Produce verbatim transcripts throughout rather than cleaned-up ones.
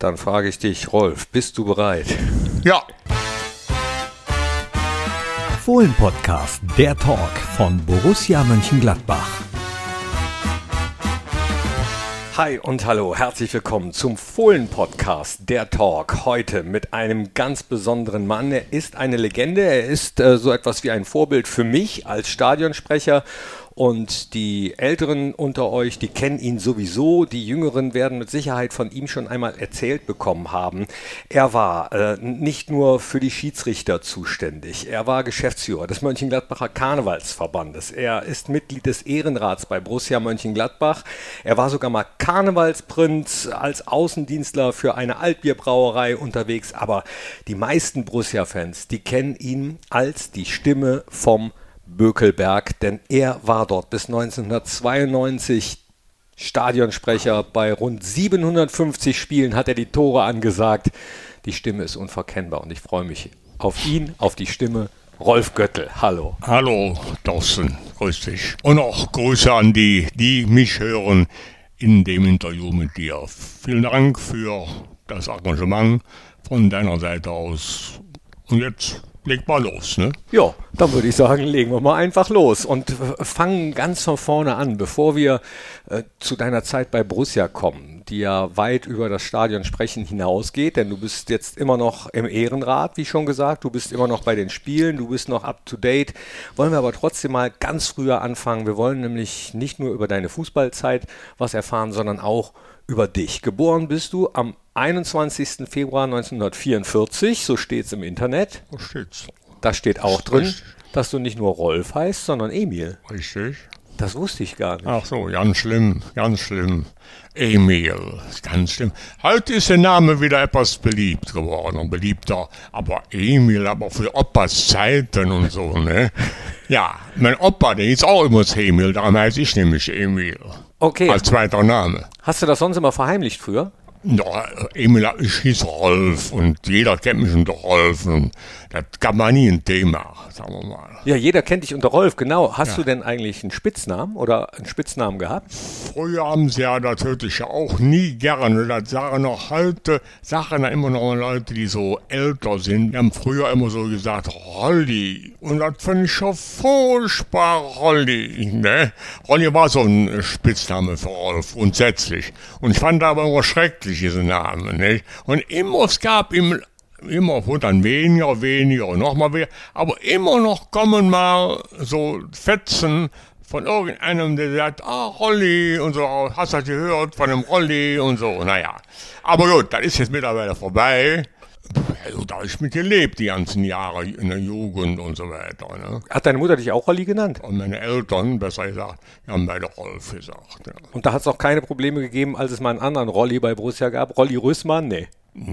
Dann frage ich dich, Rolf, bist du bereit? Ja. Fohlen-Podcast, der Talk von Borussia Mönchengladbach. Hi und hallo, herzlich willkommen zum Fohlen-Podcast, der Talk. Heute mit einem ganz besonderen Mann. Er ist eine Legende, er ist äh, so etwas wie ein Vorbild für mich als Stadionsprecher. Und die Älteren unter euch, die kennen ihn sowieso. Die Jüngeren werden mit Sicherheit von ihm schon einmal erzählt bekommen haben. Er war äh, nicht nur für die Schiedsrichter zuständig. Er war Geschäftsführer des Mönchengladbacher Karnevalsverbandes. Er ist Mitglied des Ehrenrats bei Borussia Mönchengladbach. Er war sogar mal Karnevalsprinz als Außendienstler für eine Altbierbrauerei unterwegs. Aber die meisten Borussia-Fans, die kennen ihn als die Stimme vom Bökelberg, denn er war dort bis neunzehnhundertzweiundneunzig Stadionsprecher. Bei rund siebenhundertfünfzig Spielen hat er die Tore angesagt. Die Stimme ist unverkennbar und ich freue mich auf ihn, auf die Stimme Rolf Göttl. Hallo. Hallo, Thorsten. Grüß dich. Und auch Grüße an die, die mich hören in dem Interview mit dir. Vielen Dank für das Engagement von deiner Seite aus. Und jetzt leg mal los, ne? Ja, dann würde ich sagen, legen wir mal einfach los und äh, fangen ganz von vorne an, bevor wir äh, zu deiner Zeit bei Borussia kommen, die ja weit über das Stadionsprechen hinausgeht, denn du bist jetzt immer noch im Ehrenrat, wie schon gesagt, du bist immer noch bei den Spielen, du bist noch up to date. Wollen wir aber trotzdem mal ganz früher anfangen. Wir wollen nämlich nicht nur über deine Fußballzeit was erfahren, sondern auch über dich. Geboren bist du am einundzwanzigsten Februar neunzehnhundertvierundvierzig, so steht es im Internet. Wo steht's? Da steht auch drin, Richtig. dass du nicht nur Rolf heißt, sondern Emil. Richtig. Das wusste ich gar nicht. Ach so, ganz schlimm, ganz schlimm. Emil, ganz schlimm. Heute ist der Name wieder etwas beliebt geworden und beliebter. Aber Emil, aber für Opas Zeiten und so, ne? Ja, mein Opa, der hieß auch immer Emil, darum heiße ich nämlich Emil. Okay. Als zweiter Name. Hast du das sonst immer verheimlicht früher? Ja, Emil, ich hieß Rolf und jeder kennt mich unter Rolf und das gab mal nie ein Thema, sagen wir mal. Ja, jeder kennt dich unter Rolf, genau. Hast Ja. du denn eigentlich einen Spitznamen oder einen Spitznamen gehabt? Früher haben sie ja, das hörte ich ja auch nie gerne, das sagen noch heute, sagen da immer noch Leute, die so älter sind, die haben früher immer so gesagt, Rolli, und das finde ich schon furchtbar, Rolli, ne? Rolli war so ein Spitzname für Rolf, grundsätzlich, und ich fand aber immer schrecklich, diese Namen, ne? Und immer, es gab ihm immer, wurde dann weniger, weniger und nochmal weniger, aber immer noch kommen mal so Fetzen von irgendeinem, der sagt, ah, Rolli und so, hast du das gehört von dem Rolli und so, naja. Aber gut, das ist jetzt mittlerweile vorbei. Also, da habe ich mit gelebt die ganzen Jahre in der Jugend und so weiter, ne? Hat deine Mutter dich auch Rolli genannt? Und meine Eltern, besser gesagt, haben beide Rolf gesagt, ja. Und da hat es auch keine Probleme gegeben, als es mal einen anderen Rolli bei Borussia gab? Rolli Rüssmann? Nee.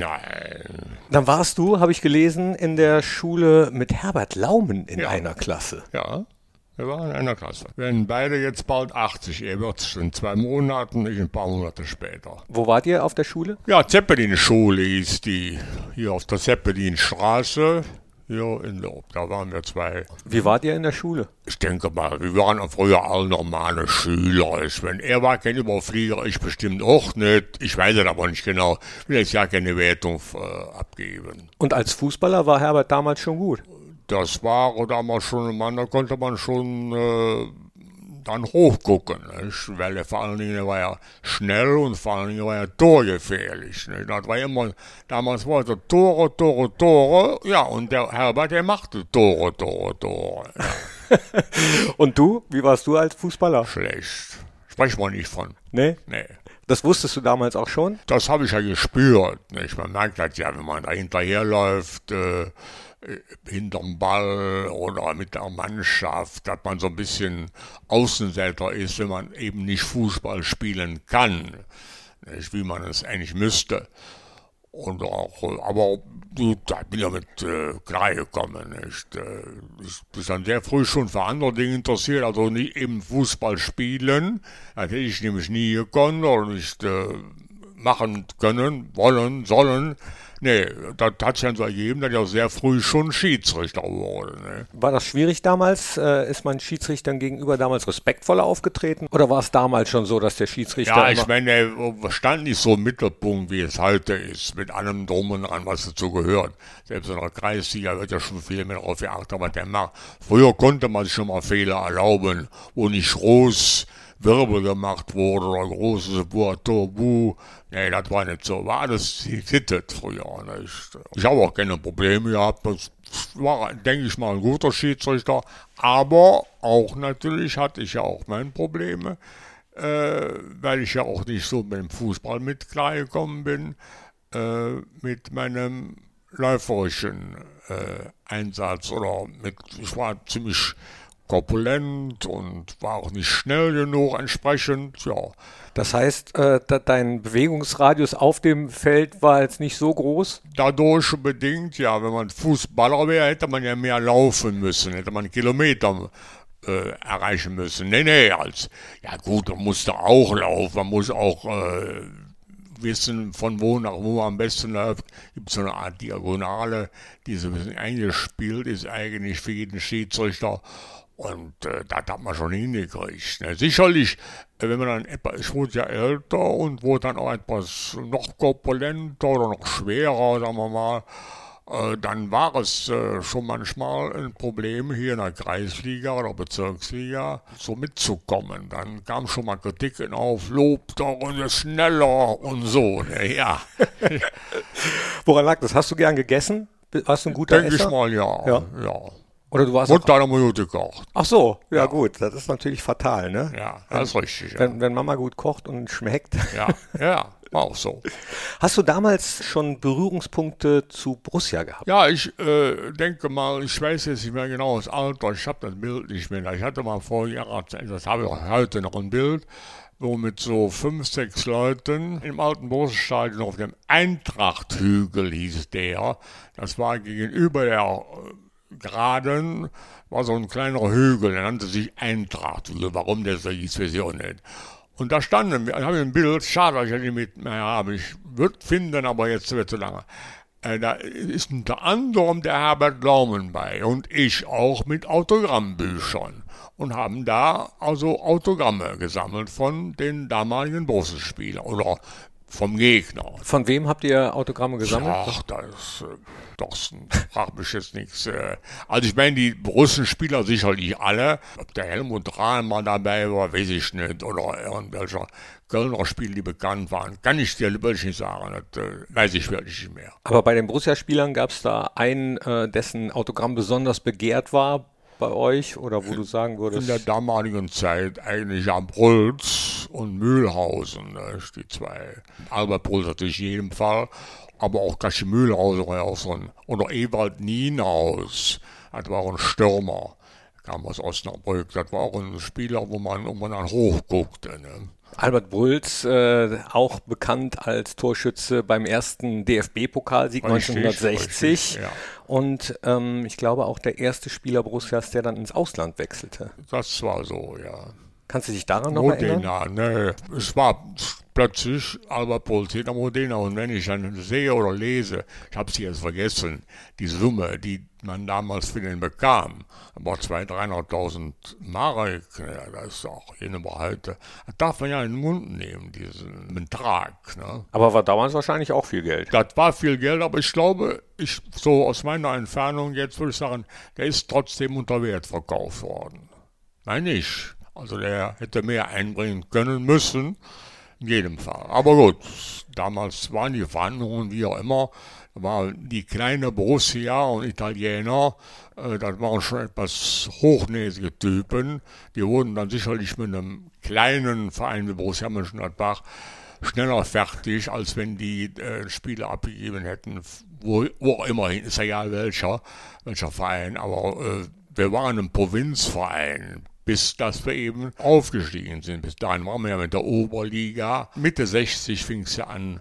Nein. Dann warst du, habe ich gelesen, in der Schule mit Herbert Laumen in Ja. einer Klasse. Ja, wir waren in einer Klasse. Wir werden beide jetzt bald achtzig. Er wird in zwei Monaten, ich ein paar Monate später. Wo wart ihr auf der Schule? Ja, Zeppelin-Schule hieß die. Hier auf der Zeppelinstraße. Hier in der, da waren wir zwei. Wie wart ihr in der Schule? Ich denke mal, wir waren früher alle normale Schüler. Ich meine, er war kein Überflieger, ich bestimmt auch nicht. Ich weiß es aber nicht genau. Ich will jetzt ja keine Wertung äh, abgeben. Und als Fußballer war Herbert damals schon gut? Das war damals schon, man, da konnte man schon äh, dann hochgucken, nicht? Weil er vor allen Dingen er war ja schnell und vor allen Dingen war er torgefährlich. Nicht? Das war immer, damals war es Tore, Tore, Tore, ja, und der Herbert, der machte Tore, Tore, Tore. Ja. Und du? Wie warst du als Fußballer? Schlecht. Sprech mal nicht von. Nee? Nee. Das wusstest du damals auch schon? Das habe ich ja gespürt. Nicht? Man merkt das ja, wenn man da hinterherläuft, äh, hinterm Ball oder mit der Mannschaft, dass man so ein bisschen Außenseiter ist, wenn man eben nicht Fußball spielen kann, nicht, wie man es eigentlich müsste. Und auch, aber da bin ich ja mit äh, klargekommen. Nicht? Äh, ich bin dann sehr früh schon für andere Dinge interessiert, also nicht eben Fußball spielen. Das hätte ich nämlich nie gekonnt oder nicht äh, machen können, wollen, sollen. Nee, das hat sich dann so ergeben, dass ich auch sehr früh schon Schiedsrichter wurde. Ne? War das schwierig damals? Äh, ist man Schiedsrichtern gegenüber damals respektvoller aufgetreten? Oder war es damals schon so, dass der Schiedsrichter... Ja, ich meine, er stand nicht so im Mittelpunkt, wie es heute ist, mit allem Drum und Dran, was dazu gehört. Selbst in der Kreisliga wird ja schon viel mehr darauf geachtet, was der macht. Früher konnte man sich schon mal Fehler erlauben, wo nicht groß Wirbel gemacht wurde oder großes Buh. Nee, das war nicht so. War alles gesittet früher. Nicht? Ich habe auch keine Probleme gehabt. Das war, denke ich mal, ein guter Schiedsrichter. Aber auch natürlich hatte ich ja auch meine Probleme, äh, weil ich ja auch nicht so mit dem Fußball mit klargekommen bin, äh, mit meinem läuferischen äh, Einsatz. Oder mit, ich war ziemlich korpulent und war auch nicht schnell genug entsprechend, ja. Das heißt, äh, dein Bewegungsradius auf dem Feld war jetzt nicht so groß? Dadurch bedingt, ja, wenn man Fußballer wäre, hätte man ja mehr laufen müssen, hätte man Kilometer äh, erreichen müssen. Nee, nee, als, ja gut, man musste auch laufen, man muss auch äh, wissen, von wo nach wo am besten läuft. Gibt so eine Art Diagonale, die so ein bisschen eingespielt ist eigentlich für jeden Schiedsrichter. Und äh, das hat man schon hingekriegt. Ne? Sicherlich, äh, wenn man dann etwa, ich wurde ja älter und wurde dann auch etwas noch korpulenter oder noch schwerer, sagen wir mal, äh, dann war es äh, schon manchmal ein Problem, hier in der Kreisliga oder Bezirksliga so mitzukommen. Dann kam schon mal Kritiken auf, Lob doch und schneller und so. Ne? Ja. Woran lag das? Hast du gern gegessen? Warst du ein guter Denke Esser? ich mal, ja. Ja. ja. Oder du warst Wurde da eine Minute gekocht. Ach so, ja, Ja. gut, das ist natürlich fatal, ne? Ja, das ist richtig. Ja, Wenn, wenn Mama gut kocht und schmeckt. ja, ja, war auch so. Hast du damals schon Berührungspunkte zu Borussia gehabt? Ja, ich äh, denke mal, ich weiß jetzt nicht mehr genau das Alter, ich habe das Bild nicht mehr. Ich hatte mal vor Jahren, das habe ich auch heute noch ein Bild, wo mit so fünf, sechs Leuten im alten Borussia-Stadion auf dem Eintracht-Hügel hieß der. Das war gegenüber der äh, Geraden, war so ein kleiner Hügel, der nannte sich Eintracht. Warum der so hieß, weiß ich auch nicht. Und da standen wir, da habe ich ein Bild, schade, dass ich nicht mit mehr habe. Ich würde finden, aber jetzt wird zu lange. Äh, da ist unter anderem der Herbert Laumann bei und ich auch mit Autogrammbüchern und haben da also Autogramme gesammelt von den damaligen Borussia-Spielern oder vom Gegner. Von wem habt ihr Autogramme gesammelt? Ach, das ist, äh, das fragt mich jetzt nichts. Äh. Also ich meine, die Russenspieler sicherlich alle. Ob der Helmut Rahn mal dabei war, weiß ich nicht. Oder irgendwelcher Kölner Spiele, die bekannt waren. Kann ich dir wirklich nicht sagen. Das äh, weiß ich wirklich nicht mehr. Aber bei den Borussia-Spielern gab es da einen, äh, dessen Autogramm besonders begehrt war bei euch? Oder wo du sagen würdest... In der damaligen Zeit eigentlich ja Brülz und Mühlhausen, ne, die zwei. Albert Brülz natürlich in jedem Fall, aber auch Kashi Mühlhausen war ja auch so ein, oder Ewald Nienhaus, das war auch ein Stürmer, kam aus Osnabrück, das war auch ein Spieler, wo man, wo man dann hochguckte. Ne. Albert Brülz, äh, auch bekannt als Torschütze beim ersten D F B-Pokalsieg Richtig, neunzehnhundertsechzig richtig, ja. und ähm, ich glaube auch der erste Spieler Borussias, der dann ins Ausland wechselte. Das war so, ja. Kannst du dich daran noch erinnern? Modena, ne, es war plötzlich Albert Brülz hinter Modena und wenn ich dann sehe oder lese, ich habe sie jetzt vergessen, die Summe, die man damals für den bekam, aber zweihunderttausend, dreihunderttausend Mark, ja, das ist auch jene heute, das darf man ja in den Mund nehmen, diesen Betrag. Ne. Aber war damals wahrscheinlich auch viel Geld. Das war viel Geld, aber ich glaube, ich so aus meiner Entfernung jetzt würde ich sagen, der ist trotzdem unter Wert verkauft worden. Nein, nicht. Also der hätte mehr einbringen können müssen, in jedem Fall. Aber gut, damals waren die Verhandlungen wie auch immer, da war die kleine Borussia und Italiener, äh, das waren schon etwas hochnäsige Typen, die wurden dann sicherlich mit einem kleinen Verein wie Borussia Mönchengladbach schneller fertig, als wenn die äh, Spiele abgegeben hätten, wo, wo auch immerhin, ist ja egal welcher, welcher Verein, aber äh, wir waren ein Provinzverein, bis dass wir eben aufgestiegen sind. Bis dahin waren wir ja mit der Oberliga. Mitte sechzig fing es ja an,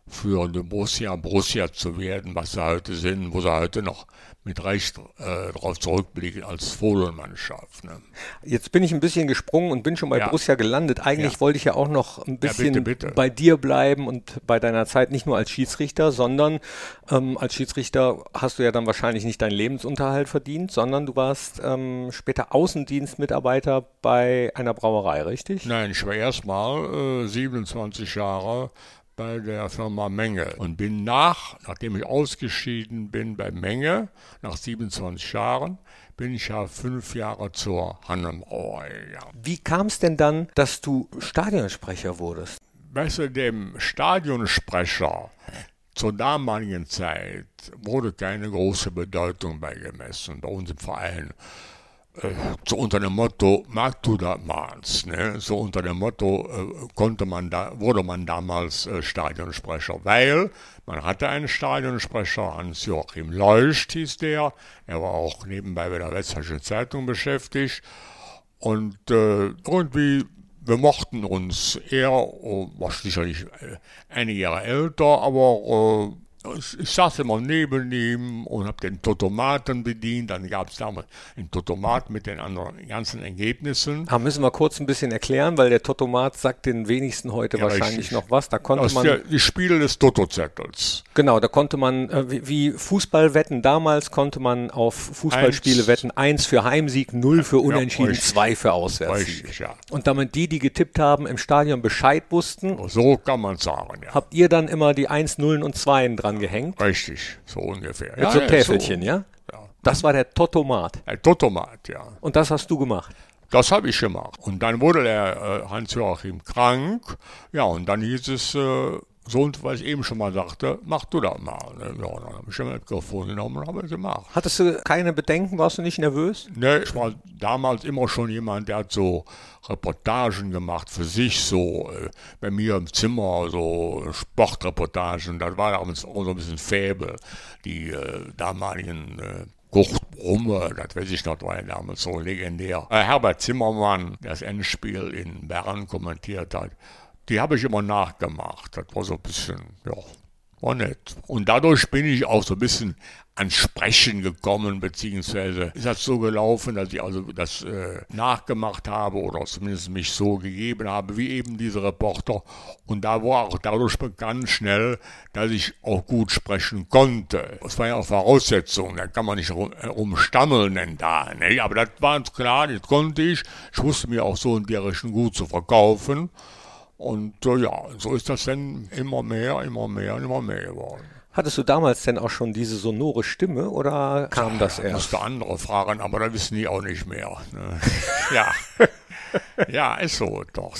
für die Borussia Borussia zu werden, was sie heute sind, wo sie heute noch mit Recht äh, darauf zurückblicken als Fohlenmannschaft. Ne? Jetzt bin ich ein bisschen gesprungen und bin schon bei ja. Borussia gelandet. Eigentlich ja. wollte ich ja auch noch ein bisschen ja, bitte, bitte. bei dir bleiben und bei deiner Zeit nicht nur als Schiedsrichter, sondern ähm, als Schiedsrichter hast du ja dann wahrscheinlich nicht deinen Lebensunterhalt verdient, sondern du warst ähm, später Außendienstmitarbeiter bei einer Brauerei, richtig? Nein, ich war erst mal äh, siebenundzwanzig Jahre bei der Firma Menge und bin nach, nachdem ich ausgeschieden bin bei Menge, nach siebenundzwanzig Jahren, bin ich ja fünf Jahre zur Hannenbrauerei gegangen. Wie kam es denn dann, dass du Stadionsprecher wurdest? Weißt du, dem Stadionsprecher zur damaligen Zeit wurde keine große Bedeutung beigemessen bei uns im Verein. So unter dem Motto, mag du das malst, ne? So unter dem Motto äh, konnte man da, wurde man damals äh, Stadionsprecher, weil man hatte einen Stadionsprecher, Hans-Joachim Leucht hieß der, er war auch nebenbei bei der Westfälischen Zeitung beschäftigt und äh, irgendwie, wir mochten uns, er oh, war sicherlich äh, einige Jahre älter, aber äh, ich saß immer neben ihm und habe den Totomaten bedient. Dann gab es damals einen Totomat mit den anderen ganzen Ergebnissen. Da müssen wir kurz ein bisschen erklären, weil der Totomat sagt den wenigsten heute ja, wahrscheinlich richtig. noch was. Da konnte Aus man der, die Spiele des Toto-Zettels. Genau, da konnte man, äh, wie, wie Fußballwetten damals, konnte man auf Fußballspiele eins, wetten. Eins für Heimsieg, null für Unentschieden, ja, zwei für Auswärtssieg. Richtig, ja. Und damit die, die getippt haben, im Stadion Bescheid wussten, so kann man sagen, ja. Habt ihr dann immer die Eins, Nullen und Zweien dran gehängt? Richtig, so ungefähr. Mit ja, so Täfelchen, so. ja? ja? Das war der Totomat. Der Totomat, ja. Und das hast du gemacht? Das habe ich gemacht. Und dann wurde der äh, Hans-Joachim krank. Ja, und dann hieß es, äh, so, was ich eben schon mal sagte, mach du das mal. Ja, dann habe ich schon mal das Mikrofon genommen und habe es gemacht. Hattest du keine Bedenken? Warst du nicht nervös? Ne, ich war damals immer schon jemand, der hat so Reportagen gemacht für sich, so äh, bei mir im Zimmer, so Sportreportagen. Das war damals auch so ein bisschen Faible. Die äh, damaligen äh, Kurt Brumme, das weiß ich noch, war ja damals so legendär. Äh, Herbert Zimmermann, der das Endspiel in Bern kommentiert hat, die habe ich immer nachgemacht. Das war so ein bisschen, ja, war nett. Und dadurch bin ich auch so ein bisschen ans Sprechen gekommen, beziehungsweise ist das so gelaufen, dass ich also das äh, nachgemacht habe oder zumindest mich so gegeben habe, wie eben diese Reporter. Und da war auch dadurch bekannt schnell, dass ich auch gut sprechen konnte. Das war ja auch Voraussetzung, da kann man nicht rum, äh, rumstammeln da. Ne? Aber das war klar, das konnte ich. Ich wusste mir auch so in der Richtung gut zu verkaufen. Und äh, ja, so ist das dann immer mehr, immer mehr, immer mehr geworden. Hattest du damals denn auch schon diese sonore Stimme oder kam das erst? Musste andere fragen, aber das wissen die auch nicht mehr. Ne? Ja. Ja, ist so, doch.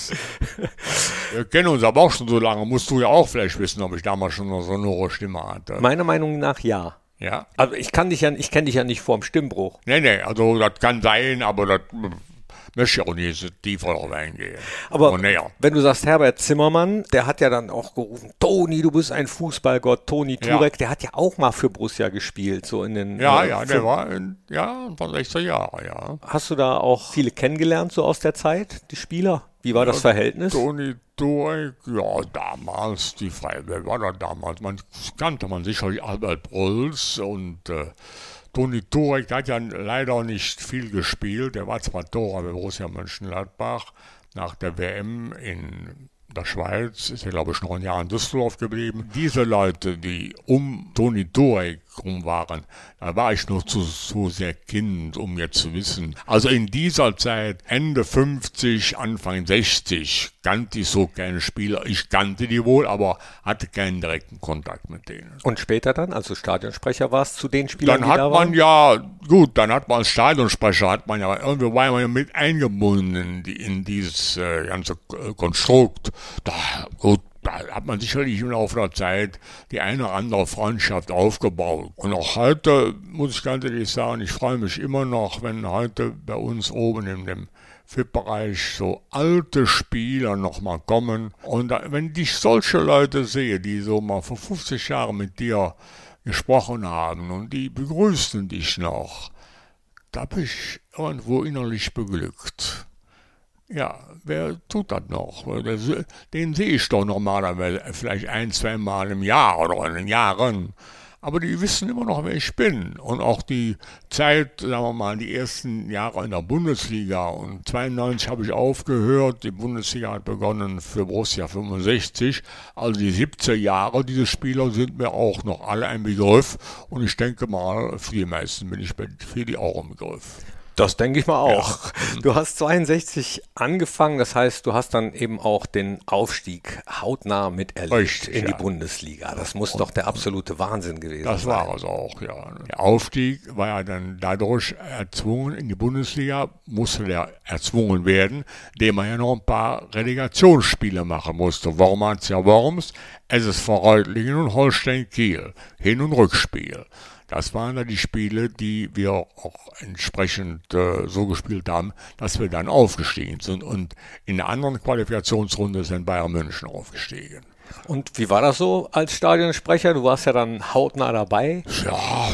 Wir kennen uns aber auch schon so lange. Musst du ja auch vielleicht wissen, ob ich damals schon eine sonore Stimme hatte. Meiner Meinung nach ja. Ja? Also ich kann dich ja, ich kenne dich ja nicht vorm Stimmbruch. Nee, nee, also das kann sein, aber das möchte ich auch nicht so tiefer drauf eingehen. Aber wenn du sagst, Herbert Zimmermann, der hat ja dann auch gerufen, Toni, du bist ein Fußballgott, Toni Turek, ja. Der hat ja auch mal für Borussia gespielt, so in den... Ja, äh, ja, der war, in, ja, vor sechzig Jahren, ja. Hast du da auch viele kennengelernt, so aus der Zeit, die Spieler? Wie war ja, das Verhältnis? Toni Turek, ja, damals, die Freie, wer war da damals? Man kannte man sicherlich Albert Brülls und... Äh, Toni Turek hat ja leider nicht viel gespielt. Er war zwar Torhüter bei Borussia Mönchengladbach. Nach der W M in der Schweiz ist er, glaube ich, noch ein Jahr in Düsseldorf geblieben. Diese Leute, die um Toni Turek rum waren, da war ich noch zu, zu sehr Kind, um jetzt zu wissen. Also in dieser Zeit, Ende fünfzig, Anfang sechzig, kannte ich so keine Spieler. Ich kannte die wohl, aber hatte keinen direkten Kontakt mit denen. Und später dann, als du Stadionsprecher warst, zu den Spielern, dann die da waren? Dann hat man ja, gut, dann hat man als Stadionsprecher, hat man ja, irgendwie war man ja mit eingebunden in, die, in dieses äh, ganze Konstrukt. Da, gut, da hat man sicherlich im Laufe der Zeit die eine oder andere Freundschaft aufgebaut. Und auch heute, muss ich ganz ehrlich sagen, ich freue mich immer noch, wenn heute bei uns oben in dem F I P-Bereich so alte Spieler nochmal kommen. Und da, wenn ich solche Leute sehe, die so mal vor fünfzig Jahren mit dir gesprochen haben und die begrüßen dich noch, da bin ich irgendwo innerlich beglückt. Ja, wer tut das noch? Den sehe ich doch normalerweise vielleicht ein, zwei Mal im Jahr oder in den Jahren. Aber die wissen immer noch, wer ich bin. Und auch die Zeit, sagen wir mal, die ersten Jahre in der Bundesliga. Und zweiundneunzig habe ich aufgehört. Die Bundesliga hat begonnen für Borussia fünfundsechzig. Also die siebziger Jahre, diese Spieler sind mir auch noch alle ein Begriff. Und ich denke mal, für die meisten bin ich für die auch ein Begriff. Das denke ich mal auch. Ja. Du hast zweiundsechzig angefangen, das heißt, du hast dann eben auch den Aufstieg hautnah miterlebt Richtig, in die ja. Bundesliga. Das muss doch der absolute Wahnsinn gewesen Das sein. war es auch, ja. Der Aufstieg war ja dann dadurch erzwungen in die Bundesliga, musste der erzwungen werden, indem man ja noch ein paar Relegationsspiele machen musste. Warum hat es ja Worms? S S V Reutlingen und Holstein Kiel. Hin- und Rückspiel. Das waren dann die Spiele, die wir auch entsprechend äh, so gespielt haben, dass wir dann aufgestiegen sind. Und in der anderen Qualifikationsrunde sind Bayern München aufgestiegen. Und wie war das so als Stadionsprecher? Du warst ja dann hautnah dabei. Ja,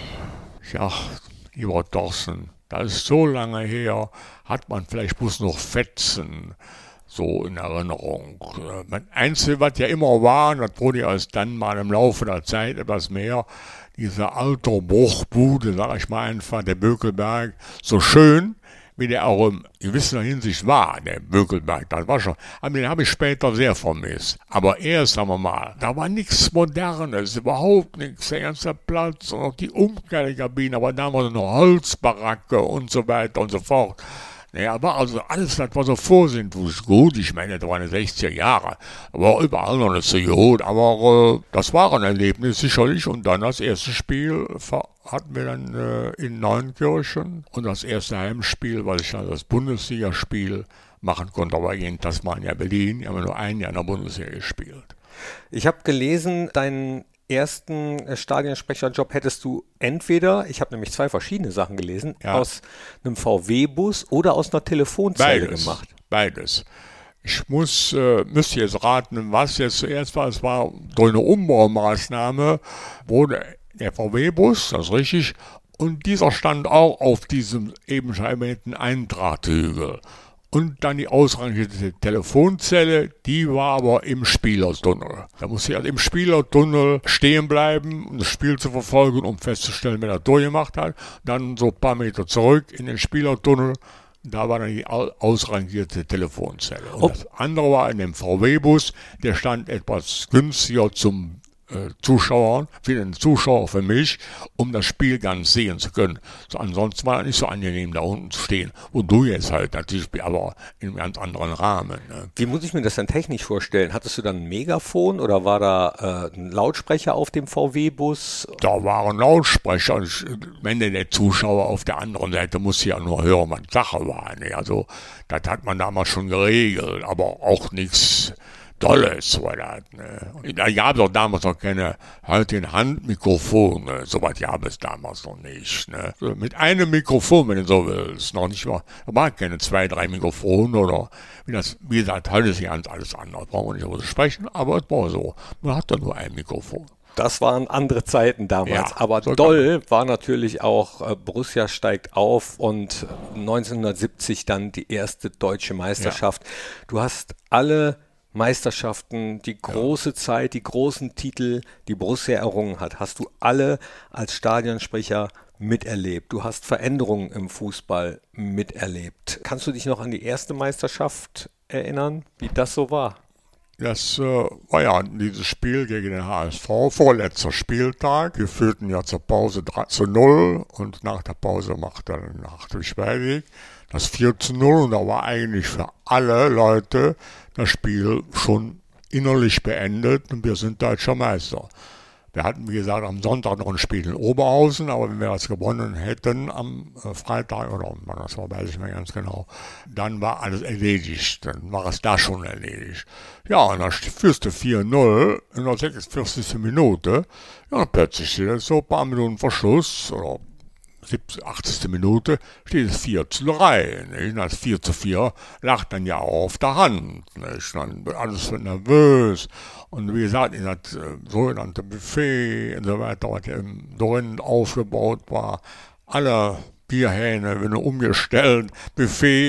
ja, lieber Thorsten, das ist so lange her, hat man vielleicht bloß noch Fetzen so in Erinnerung. Das Einzige, was ja immer war, das wurde ja erst dann mal im Laufe der Zeit etwas mehr, diese alte Bruchbude, sag ich mal einfach, der Bökelberg, so schön, wie der auch in gewisser Hinsicht war, der Bökelberg, das war schon, aber den habe ich später sehr vermisst. Aber erst, sagen wir mal, da war nichts Modernes, überhaupt nichts, der ganze Platz und auch die Umkleidekabine, aber da war noch Holzbaracke und so weiter und so fort. Naja, aber also alles, das war so vorsintflos gut. Ich meine, das waren sechziger Jahre. War überall noch nicht so gut. Aber äh, das war ein Erlebnis sicherlich. Und dann das erste Spiel hatten wir dann äh, in Neunkirchen. Und das erste Heimspiel, weil ich dann das Bundesligaspiel machen konnte, aber gegen Tasmania Berlin. Wir haben nur ein Jahr in der Bundesliga gespielt. Ich habe gelesen, deinen ersten Stadionsprecherjob hättest du entweder, ich habe nämlich zwei verschiedene Sachen gelesen, ja. aus einem V W-Bus oder aus einer Telefonzelle Beides, gemacht. Beides. Ich muss, äh, müsst ihr jetzt raten, was jetzt zuerst war. Es war durch eine Umbaumaßnahme, wurde der V W-Bus, das ist richtig, und dieser stand auch auf diesem eben schon erwähnten Eintragthügel. Und dann die ausrangierte Telefonzelle, die war aber im Spielertunnel. Da musste ich also im Spielertunnel stehen bleiben, um das Spiel zu verfolgen, um festzustellen, wer das durchgemacht hat. Dann so ein paar Meter zurück in den Spielertunnel, da war dann die ausrangierte Telefonzelle. Und oh. das andere war in dem V W-Bus, der stand etwas günstiger zum Zuschauern, für den Zuschauer, für mich, um das Spiel ganz sehen zu können. So, ansonsten war es nicht so angenehm, da unten zu stehen. Und du jetzt halt natürlich, aber in einem ganz anderen Rahmen. Ne? Wie muss ich mir das denn technisch vorstellen? Hattest du dann ein Megafon oder war da äh, ein Lautsprecher auf dem V W-Bus? Da war ein Lautsprecher. Und wenn der Zuschauer auf der anderen Seite musste ja nur hören, was Sache war. Ne? Also, das hat man damals schon geregelt, aber auch nichts Tolles war das. Ne? Da gab es auch damals noch keine heutigen Handmikrofone, sowas gab es damals noch nicht. Ne? So, mit einem Mikrofon, wenn du so willst, noch nicht mal, da waren keine zwei, drei Mikrofone oder, wie das, wie gesagt, heute ist ja ganz alles anders, brauchen wir nicht darüber sprechen, aber es war so, man hat da nur ein Mikrofon. Das waren andere Zeiten damals, ja, aber so doll war natürlich auch, äh, Borussia steigt auf und neunzehnhundertsiebzig dann die erste deutsche Meisterschaft. Ja. Du hast alle Meisterschaften, die große ja. Zeit, die großen Titel, die Borussia errungen hat, hast du alle als Stadionsprecher miterlebt. Du hast Veränderungen im Fußball miterlebt. Kannst du dich noch an die erste Meisterschaft erinnern, wie das so war? Das äh, war ja dieses Spiel gegen den H S V, vorletzter Spieltag. Wir führten ja zur Pause drei zu null und nach der Pause machte dann Hartwig Schweidig das vier zu null und da war eigentlich für alle Leute das Spiel schon innerlich beendet und wir sind deutscher Meister. Wir hatten, wie gesagt, am Sonntag noch ein Spiel in Oberhausen, aber wenn wir das gewonnen hätten am äh, Freitag, oder das war, weiß ich nicht mehr ganz genau, dann war alles erledigt, dann war es da schon erledigt. Ja, und dann führst du vier null in der sechsundvierzigsten Minute, ja, und plötzlich steht es so ein paar Minuten vor Schluss, oder siebzigste, achtzigste Minute steht es vier zu drei. Nicht? Das vier zu vier lag dann ja auch auf der Hand. Nicht? Dann wird alles nervös. Und wie gesagt, in das äh, sogenannte Buffet und so weiter, was ja drin aufgebaut war, alle Bierhähne werden umgestellt, Buffet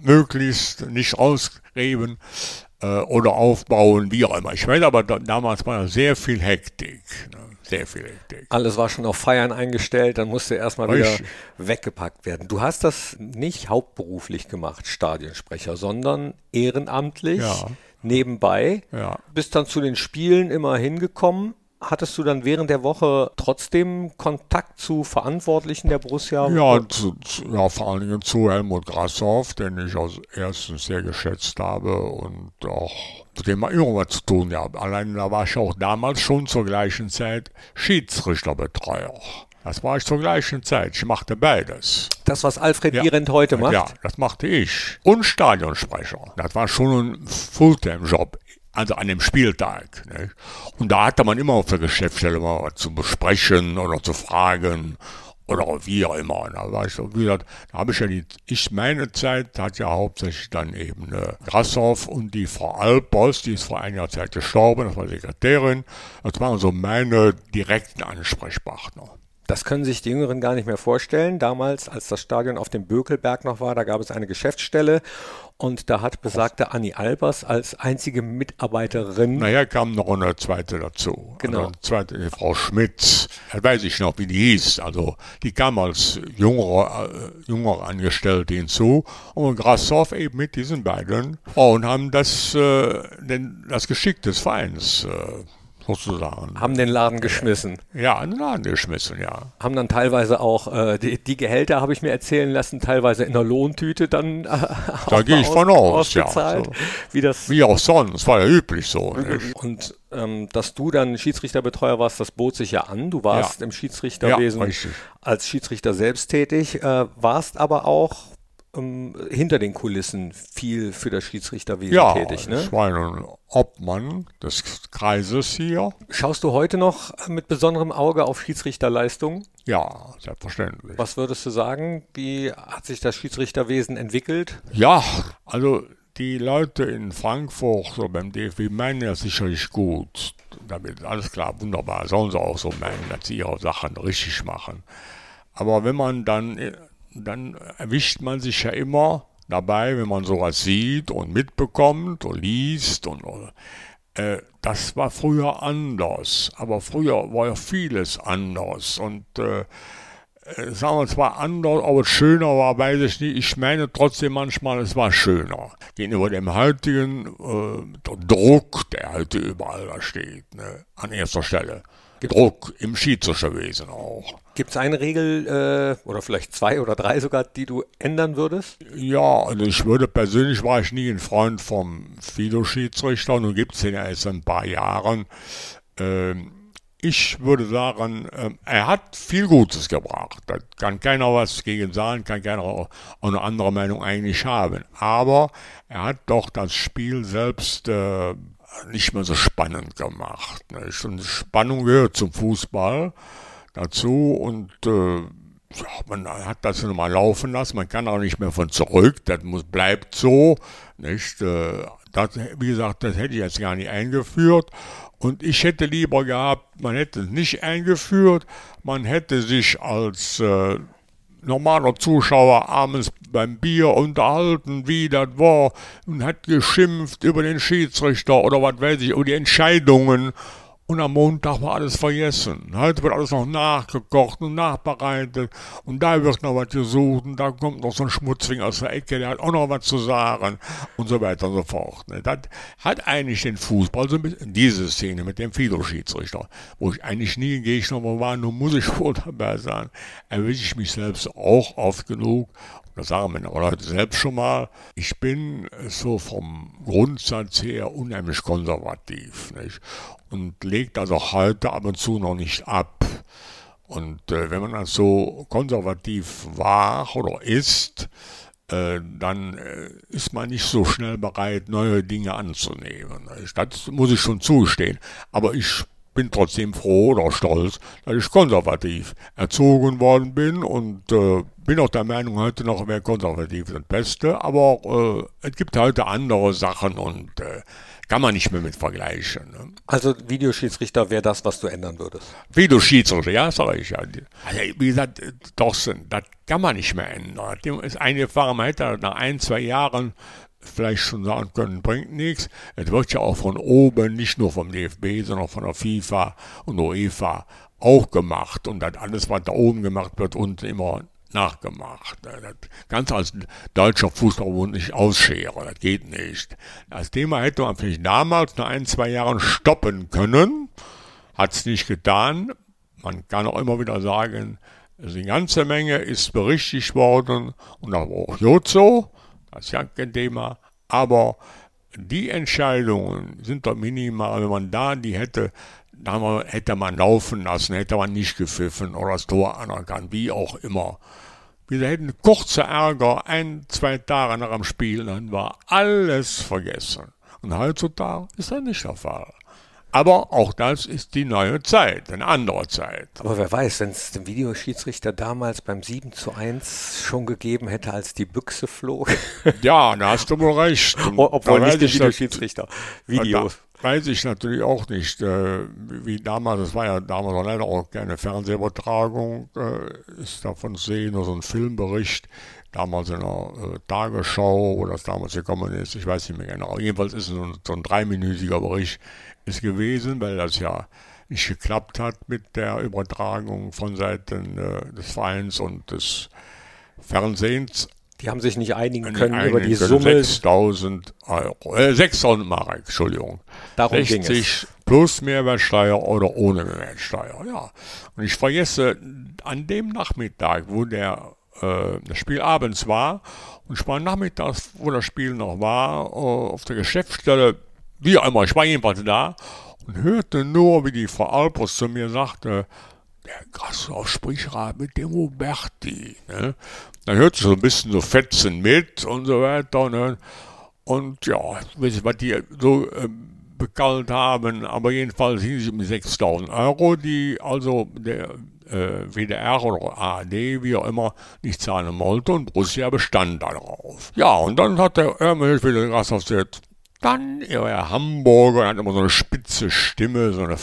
möglichst nicht ausgräben äh, oder aufbauen, wie auch immer. Ich weiß aber, da, damals war sehr viel Hektik, ne? Sehr viel Hektik. Alles war schon auf Feiern eingestellt, dann musste erstmal wieder Richtig. weggepackt werden. Du hast das nicht hauptberuflich gemacht, Stadionsprecher, sondern ehrenamtlich, Ja. nebenbei. Ja. Bist dann zu den Spielen immer hingekommen. Hattest du dann während der Woche trotzdem Kontakt zu Verantwortlichen der Borussia? Ja, zu, zu, ja, vor allen Dingen zu Helmut Grashoff, den ich als erstens sehr geschätzt habe und auch mit dem man immer was zu tun habe. Allein da war ich auch damals schon zur gleichen Zeit Schiedsrichterbetreuer. Das war ich zur gleichen Zeit. Ich machte beides. Das, was Alfred Ja. Behrendt heute macht? Ja, das machte ich. Und Stadionsprecher. Das war schon ein Fulltime-Job. Also an dem Spieltag. Nicht? Und da hatte man immer auf der Geschäftsstelle mal was zu besprechen oder zu fragen oder wie auch immer. Und da war ich so, wie gesagt, da habe ich ja die, ich meine Zeit hat ja hauptsächlich dann eben äh, Grashoff und die Frau Alpers, die ist vor einiger Zeit gestorben, das war Sekretärin. Das waren so meine direkten Ansprechpartner. Das können sich die Jüngeren gar nicht mehr vorstellen. Damals, als das Stadion auf dem Bökelberg noch war, da gab es eine Geschäftsstelle und da hat besagte Anni Albers als einzige Mitarbeiterin... Naja, kam noch eine zweite dazu. Genau. Also eine zweite, die Frau Schmitz, das weiß ich noch, wie die hieß. Also die kam als jüngere, äh, jüngere Angestellte hinzu und Grashoff eben mit diesen beiden Frauen haben das, äh, den, das Geschick des Vereins äh, sozusagen. Haben den Laden geschmissen. Ja, an den Laden geschmissen, ja. Haben dann teilweise auch, äh, die, die Gehälter, habe ich mir erzählen lassen, teilweise in der Lohntüte dann äh, Da gehe ich von aus, ja. ausgezahlt. So. Wie das Wie auch sonst, war ja üblich so. Nicht? Und ähm, dass du dann Schiedsrichterbetreuer warst, das bot sich ja an. Du warst Ja. im Schiedsrichterwesen Ja, richtig. als Schiedsrichter selbst tätig, äh, warst aber auch ähm, hinter den Kulissen viel für das Schiedsrichterwesen Ja, tätig. Ne? ich war ein Obmann des Kreises hier. Schaust du heute noch mit besonderem Auge auf Schiedsrichterleistungen? Ja, selbstverständlich. Was würdest du sagen? Wie hat sich das Schiedsrichterwesen entwickelt? Ja, also die Leute in Frankfurt, so beim D F B, meinen ja sicherlich gut. Damit alles klar, wunderbar, sollen sie auch so meinen, dass sie ihre Sachen richtig machen. Aber wenn man dann, dann erwischt man sich ja immer dabei, wenn man sowas sieht und mitbekommt und liest und äh, das war früher anders. Aber früher war ja vieles anders und äh, sagen wir zwar anders, aber schöner war, weiß ich nicht. Ich meine trotzdem manchmal, es war schöner. Gegenüber dem heutigen äh, der Druck, der heute überall da steht, ne, an erster Stelle. Druck im Schiedsrichterwesen auch. Gibt es eine Regel äh, oder vielleicht zwei oder drei sogar, die du ändern würdest? Ja, also ich würde persönlich, war ich nie ein Freund vom Fido-Schiedsrichter, nun gibt es den ja erst ein paar Jahren. Ähm, Ich würde sagen, äh, er hat viel Gutes gebracht. Da kann keiner was gegen sagen, kann keiner auch eine andere Meinung eigentlich haben. Aber er hat doch das Spiel selbst äh, nicht mehr so spannend gemacht. Nicht? Und Spannung gehört zum Fußball dazu und äh, ja, man hat das nun mal laufen lassen. Man kann auch nicht mehr von zurück. Das muss, bleibt so. Nicht? Äh, das, wie gesagt, das hätte ich jetzt gar nicht eingeführt. Und ich hätte lieber gehabt, man hätte es nicht eingeführt, man hätte sich als äh, normaler Zuschauer abends beim Bier unterhalten, wie das war, und hat geschimpft über den Schiedsrichter oder was weiß ich, über die Entscheidungen. Und am Montag war alles vergessen. Heute wird alles noch nachgekocht und nachbereitet. Und da wird noch was gesucht. Und da kommt noch so ein Schmutzfinger aus der Ecke, der hat auch noch was zu sagen. Und so weiter und so fort. Das hat eigentlich den Fußball, so ein bisschen, diese Szene mit dem Fido-Schiedsrichter, wo ich eigentlich nie Gegner war, nun muss ich wohl dabei sein, erwische ich mich selbst auch oft genug. Das sagen mir aber Leute selbst schon mal. Ich bin so vom Grundsatz her unheimlich konservativ, nicht? Und legt das auch heute ab und zu noch nicht ab. Und äh, wenn man das so konservativ war oder ist, äh, dann äh, ist man nicht so schnell bereit, neue Dinge anzunehmen. Nicht? Das muss ich schon zugestehen. Aber ich bin trotzdem froh oder stolz, dass ich konservativ erzogen worden bin und äh, bin auch der Meinung, heute noch wäre konservativ das Beste, aber äh, es gibt heute andere Sachen und äh, kann man nicht mehr mit vergleichen. Ne? Also Videoschiedsrichter wäre das, was du ändern würdest? Videoschiedsrichter, ja, sag ich ja. Also, wie gesagt, Thorsten, das kann man nicht mehr ändern. Dem ist eingefahren, man hätte nach ein, zwei Jahren vielleicht schon sagen können, bringt nichts. Es wird ja auch von oben, nicht nur vom D F B, sondern von der FIFA und UEFA auch gemacht. Und das alles, was da oben gemacht wird, unten immer nachgemacht. Das ganz als deutscher Fußballbund nicht ausscheren, das geht nicht. Das Thema hätte man vielleicht damals nach ein, zwei Jahren stoppen können, hat es nicht getan. Man kann auch immer wieder sagen, die ganze Menge ist berichtigt worden und das war auch gut so. Das ist ja kein Thema, aber die Entscheidungen sind doch minimal, wenn man da die hätte, da hätte man laufen lassen, hätte man nicht gepfiffen oder das Tor anerkannt, wie auch immer. Wir hätten kurzer Ärger, ein, zwei Tage nach dem Spiel, dann war alles vergessen. Und heutzutage ist das nicht der Fall. Aber auch das ist die neue Zeit, eine andere Zeit. Aber wer weiß, wenn es den Videoschiedsrichter damals beim sieben zu eins schon gegeben hätte, als die Büchse flog. Ja, da hast du wohl recht. Obwohl nicht der Videoschiedsrichter. Videos. Da weiß ich natürlich auch nicht, äh, wie damals, das war ja damals auch leider auch keine Fernsehübertragung, äh, ist davon zu sehen, nur so ein Filmbericht, damals in der äh, Tagesschau, wo das damals gekommen ist, ich weiß nicht mehr genau. Jedenfalls ist es so ein, so ein dreiminütiger Bericht ist gewesen, weil das ja nicht geklappt hat mit der Übertragung von Seiten äh, des Vereins und des Fernsehens. Die haben sich nicht einigen nicht können einigen über die können. Summe. sechstausend Euro, äh, sechstausend Mark, Entschuldigung. Darum sechzig ging es. Plus Mehrwertsteuer oder ohne Mehrwertsteuer, ja. Und ich vergesse, an dem Nachmittag, wo der, äh, das Spiel abends war, und ich war nachmittags, wo das Spiel noch war, äh, auf der Geschäftsstelle, wie auch immer, ich war jedenfalls da und hörte nur, wie die Frau Alpers zu mir sagte, der Grassoff spricht gerade mit dem Roberti. Ne? Dann hört sie so ein bisschen so Fetzen mit und so weiter. Ne? Und ja, ich weiß nicht, was die so äh, bekallt haben, aber jedenfalls hing es um die sechstausend Euro, die also der äh, W D R oder A R D, wie auch immer, nicht zahlen wollte und Borussia bestand darauf. Ja, und dann hat der Ermel wieder Grassoff gesagt, dann, ja, Hamburger, hat immer so eine spitze Stimme, so eine,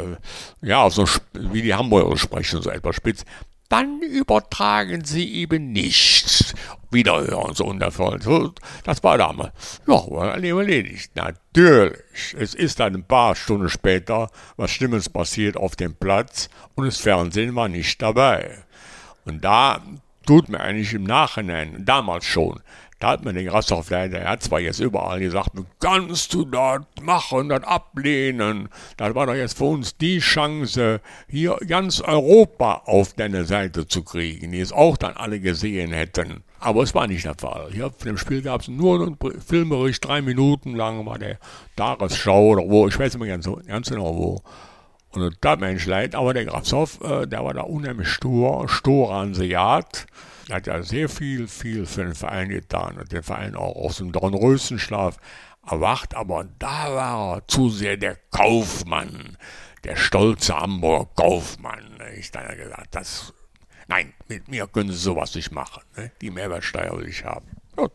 ja, so wie die Hamburger sprechen, so etwas spitz. Dann übertragen sie eben nichts. Wiederhören, so ungefähr. So, das war damals. Ja, war dann erledigt. Natürlich. Es ist dann ein paar Stunden später was Schlimmes passiert auf dem Platz und das Fernsehen war nicht dabei. Und da tut mir eigentlich im Nachhinein, damals schon, da hat man den Grassoff leider, er hat zwar jetzt überall gesagt, kannst du das machen, das ablehnen. Das war doch jetzt für uns die Chance, hier ganz Europa auf deine Seite zu kriegen, die es auch dann alle gesehen hätten. Aber es war nicht der Fall. Hier auf dem Spiel gab es nur einen Filmbericht, drei Minuten lang war der Tagesschau oder wo, ich weiß nicht mehr ganz, ganz genau wo. Und das tat mir nicht leid, aber der Grassoff, äh, der war da unheimlich stur, Storanseat. Er hat ja sehr viel, viel für den Verein getan und den Verein auch aus dem Dornröschenschlaf erwacht, aber da war er zu sehr der Kaufmann, der stolze Hamburger Kaufmann. Ich habe dann gesagt, das, nein, mit mir können Sie sowas nicht machen, ne? Die Mehrwertsteuer will ich haben. Gut.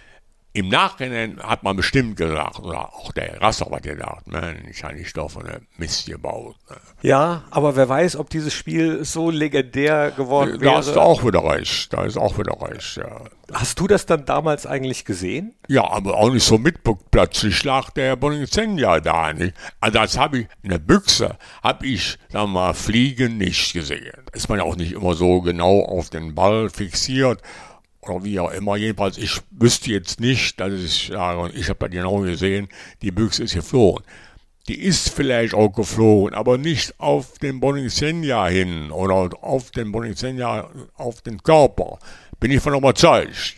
Im Nachhinein hat man bestimmt gesagt, oder auch der Grassoff hat gedacht, Mensch, ich habe nicht doch von der Mist gebaut. Ne? Ja, aber wer weiß, ob dieses Spiel so legendär geworden da wäre. Da hast du auch wieder recht, da ist auch wieder recht, ja. Hast du das dann damals eigentlich gesehen? Ja, aber auch nicht so mit, plötzlich lag der Bonizenia da nicht. Also das habe ich, in der Büchse habe ich, sagen wir mal, Fliegen nicht gesehen. Da ist man ja auch nicht immer so genau auf den Ball fixiert. Oder wie auch immer, jedenfalls, ich wüsste jetzt nicht, dass ich sage, ich habe da genau gesehen, die Büchse ist geflogen. Die ist vielleicht auch geflogen, aber nicht auf den Bonizenia hin oder auf den Bonizenia, auf den Körper. Bin ich von überzeugt.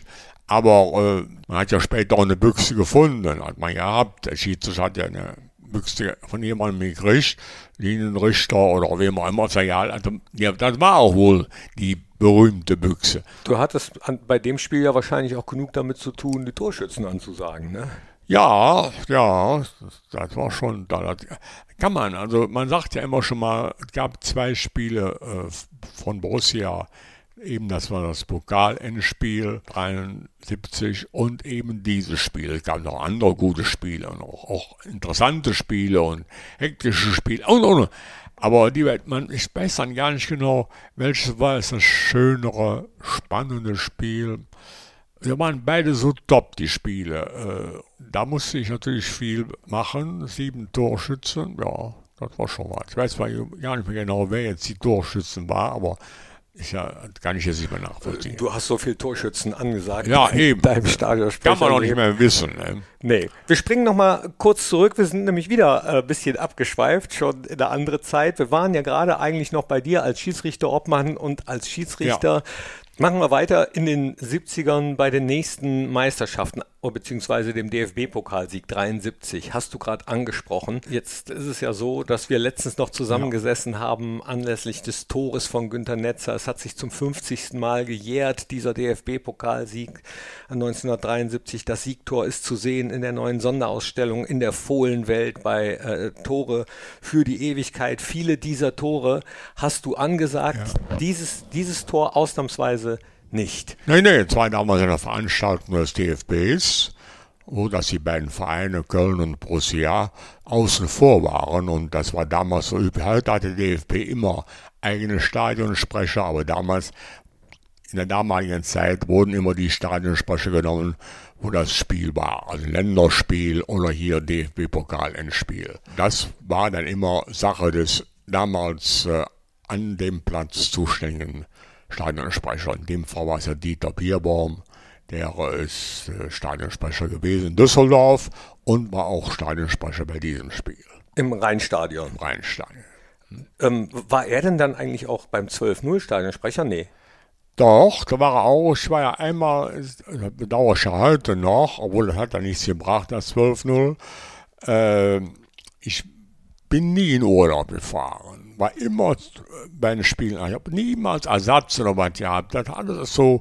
Aber äh, man hat ja später auch eine Büchse gefunden, hat man gehabt. Der Schiedsrichter hat ja eine Büchse von jemandem gekriegt, Linienrichter oder wem auch immer, egal. Also, ja, das war auch wohl die berühmte Büchse. Du hattest an, bei dem Spiel ja wahrscheinlich auch genug damit zu tun, die Torschützen anzusagen, ne? Ja, ja, das war schon, das kann man, also man sagt ja immer schon mal, es gab zwei Spiele äh, von Borussia, eben das war das Pokal-Endspiel dreiundsiebzig und eben dieses Spiel. Es gab noch andere gute Spiele und auch, auch interessante Spiele und hektische Spiele und, und, und. Aber die, man, ich weiß dann gar nicht genau, welches war das schönere, spannende Spiel. Wir waren beide so top, die Spiele. Äh, da musste ich natürlich viel machen. Sieben Torschützen, ja, das war schon was. Ich weiß zwar gar nicht mehr genau, wer jetzt die Torschützen war, aber ich ja, kann ich jetzt nicht mehr nachvollziehen. Du hast so viele Torschützen angesagt. Ja, eben. Deinem Stadionsprecher. Kann man noch nicht mehr wissen. Ne? Nee. Wir springen nochmal kurz zurück. Wir sind nämlich wieder ein äh, bisschen abgeschweift, schon in eine andere Zeit. Wir waren ja gerade eigentlich noch bei dir als Schiedsrichter-Obmann und als Schiedsrichter. Ja. Machen wir weiter in den siebzigern bei den nächsten Meisterschaften, beziehungsweise dem D F B-Pokalsieg dreiundsiebzig, hast du gerade angesprochen. Jetzt ist es ja so, dass wir letztens noch zusammengesessen ja. haben anlässlich des Tores von Günter Netzer. Es hat sich zum fünfzigsten Mal gejährt, dieser D F B-Pokalsieg neunzehnhundertdreiundsiebzig. Das Siegtor ist zu sehen in der neuen Sonderausstellung in der Fohlenwelt bei äh, Tore für die Ewigkeit. Viele dieser Tore hast du angesagt, ja. dieses, dieses Tor ausnahmsweise nicht. Nein, nein, es war damals eine Veranstaltung des D F Bs, wo dass die beiden Vereine Köln und Borussia außen vor waren und das war damals so üblich. Heute hatte der D F B immer eigene Stadionsprecher, aber damals, in der damaligen Zeit, wurden immer die Stadionsprecher genommen, wo das Spiel war, also Länderspiel oder hier D F B-Pokal-Endspiel. Das war dann immer Sache des damals äh, an dem Platz zuständigen Stadionsprecher. In dem Fall war es ja Dieter Bierbaum, der ist äh, Stadionsprecher gewesen in Düsseldorf und war auch Stadionsprecher bei diesem Spiel. Im Rheinstadion. Im Rheinstadion. Hm. Ähm, war er denn dann eigentlich auch beim zwölf null Stadionsprecher? Nee. Doch, da war er auch. Ich war ja einmal, das bedauere ich ja heute noch, obwohl das hat ja nichts gebracht, das zwölf null. Äh, ich bin nie in Urlaub gefahren. War immer bei den Spielen, ich habe niemals Ersatz oder was gehabt, das hat alles so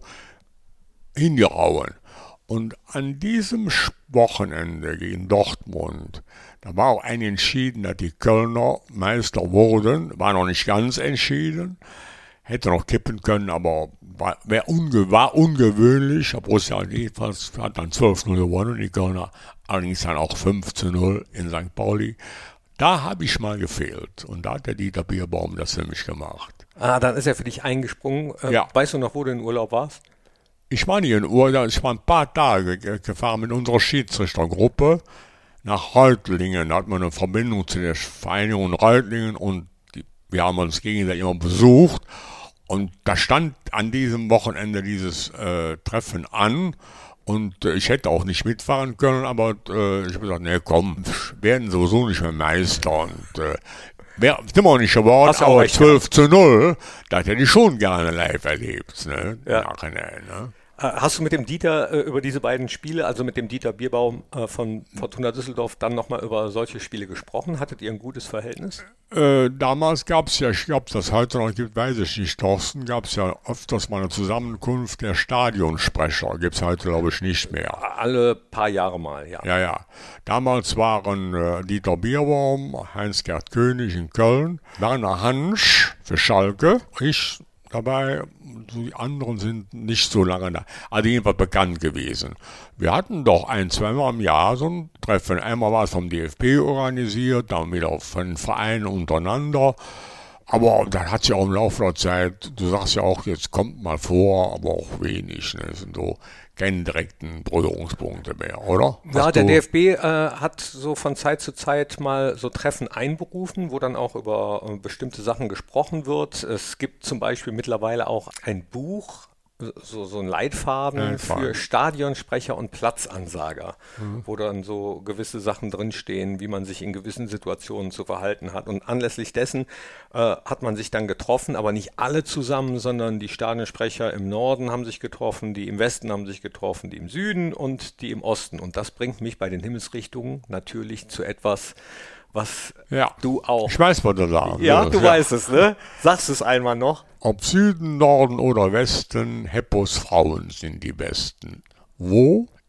hingehauen. Und an diesem Wochenende gegen Dortmund, da war auch ein entschieden, dass die Kölner Meister wurden, war noch nicht ganz entschieden, hätte noch kippen können, aber war, unge, war ungewöhnlich, Borussia jedenfalls hat dann zwölf null gewonnen, die Kölner allerdings dann auch fünf zu null in Sankt Pauli. Da habe ich mal gefehlt und da hat der Dieter Bierbaum das für mich gemacht. Ah, dann ist er für dich eingesprungen. Äh, ja. Weißt du noch, wo du in Urlaub warst? Ich war nie in Urlaub, ich war ein paar Tage gefahren mit unserer Schiedsrichtergruppe nach Reutlingen. Da hat man eine Verbindung zu der Vereinigung Reutlingen und die, wir haben uns gegenseitig immer besucht. Und da stand an diesem Wochenende dieses äh, Treffen an. Und äh, ich hätte auch nicht mitfahren können, aber äh, ich habe gesagt, nee, komm, werden sowieso nicht mehr Meister. Und äh, wär, sind wir auch nicht geworden, aber zwölf zu null, das hätte ich schon gerne live erlebt, ne? Ja. Nachhinein, ne? Hast du mit dem Dieter äh, über diese beiden Spiele, also mit dem Dieter Bierbaum äh, von Fortuna Düsseldorf, dann nochmal über solche Spiele gesprochen? Hattet ihr ein gutes Verhältnis? Äh, damals gab es ja, ich glaube, das heute noch gibt, weiß ich nicht, Thorsten, gab es ja öfters mal eine Zusammenkunft der Stadionsprecher. Gibt es heute, glaube ich, nicht mehr. Alle paar Jahre mal, ja. Ja, ja. Damals waren äh, Dieter Bierbaum, Heinz-Gerd König in Köln, Werner Hansch für Schalke, ich dabei, die anderen sind nicht so lange da, also jedenfalls bekannt gewesen. Wir hatten doch ein, zweimal im Jahr so ein Treffen. Einmal war es vom D F B organisiert, dann wieder von den Vereinen untereinander. Aber dann hat sich auch im Laufe der Zeit, du sagst ja auch, jetzt kommt mal vor, aber auch wenig. Ne? Das sind so keine direkten Berührungspunkte mehr, oder? Ja, der D F B äh, hat so von Zeit zu Zeit mal so Treffen einberufen, wo dann auch über äh, bestimmte Sachen gesprochen wird. Es gibt zum Beispiel mittlerweile auch ein Buch, so, so ein Leitfaden ja, für Stadionsprecher und Platzansager, mhm. wo dann so gewisse Sachen drinstehen, wie man sich in gewissen Situationen zu verhalten hat. Und anlässlich dessen äh, hat man sich dann getroffen, aber nicht alle zusammen, sondern die Stadionsprecher im Norden haben sich getroffen, die im Westen haben sich getroffen, die im Süden und die im Osten. Und das bringt mich bei den Himmelsrichtungen natürlich zu etwas, was ja. du auch... Ich weiß, was du sagst. Ja, du ja. weißt es, ne? Sagst es einmal noch. Ob Süden, Norden oder Westen, Heppos Frauen sind die Besten. Wo?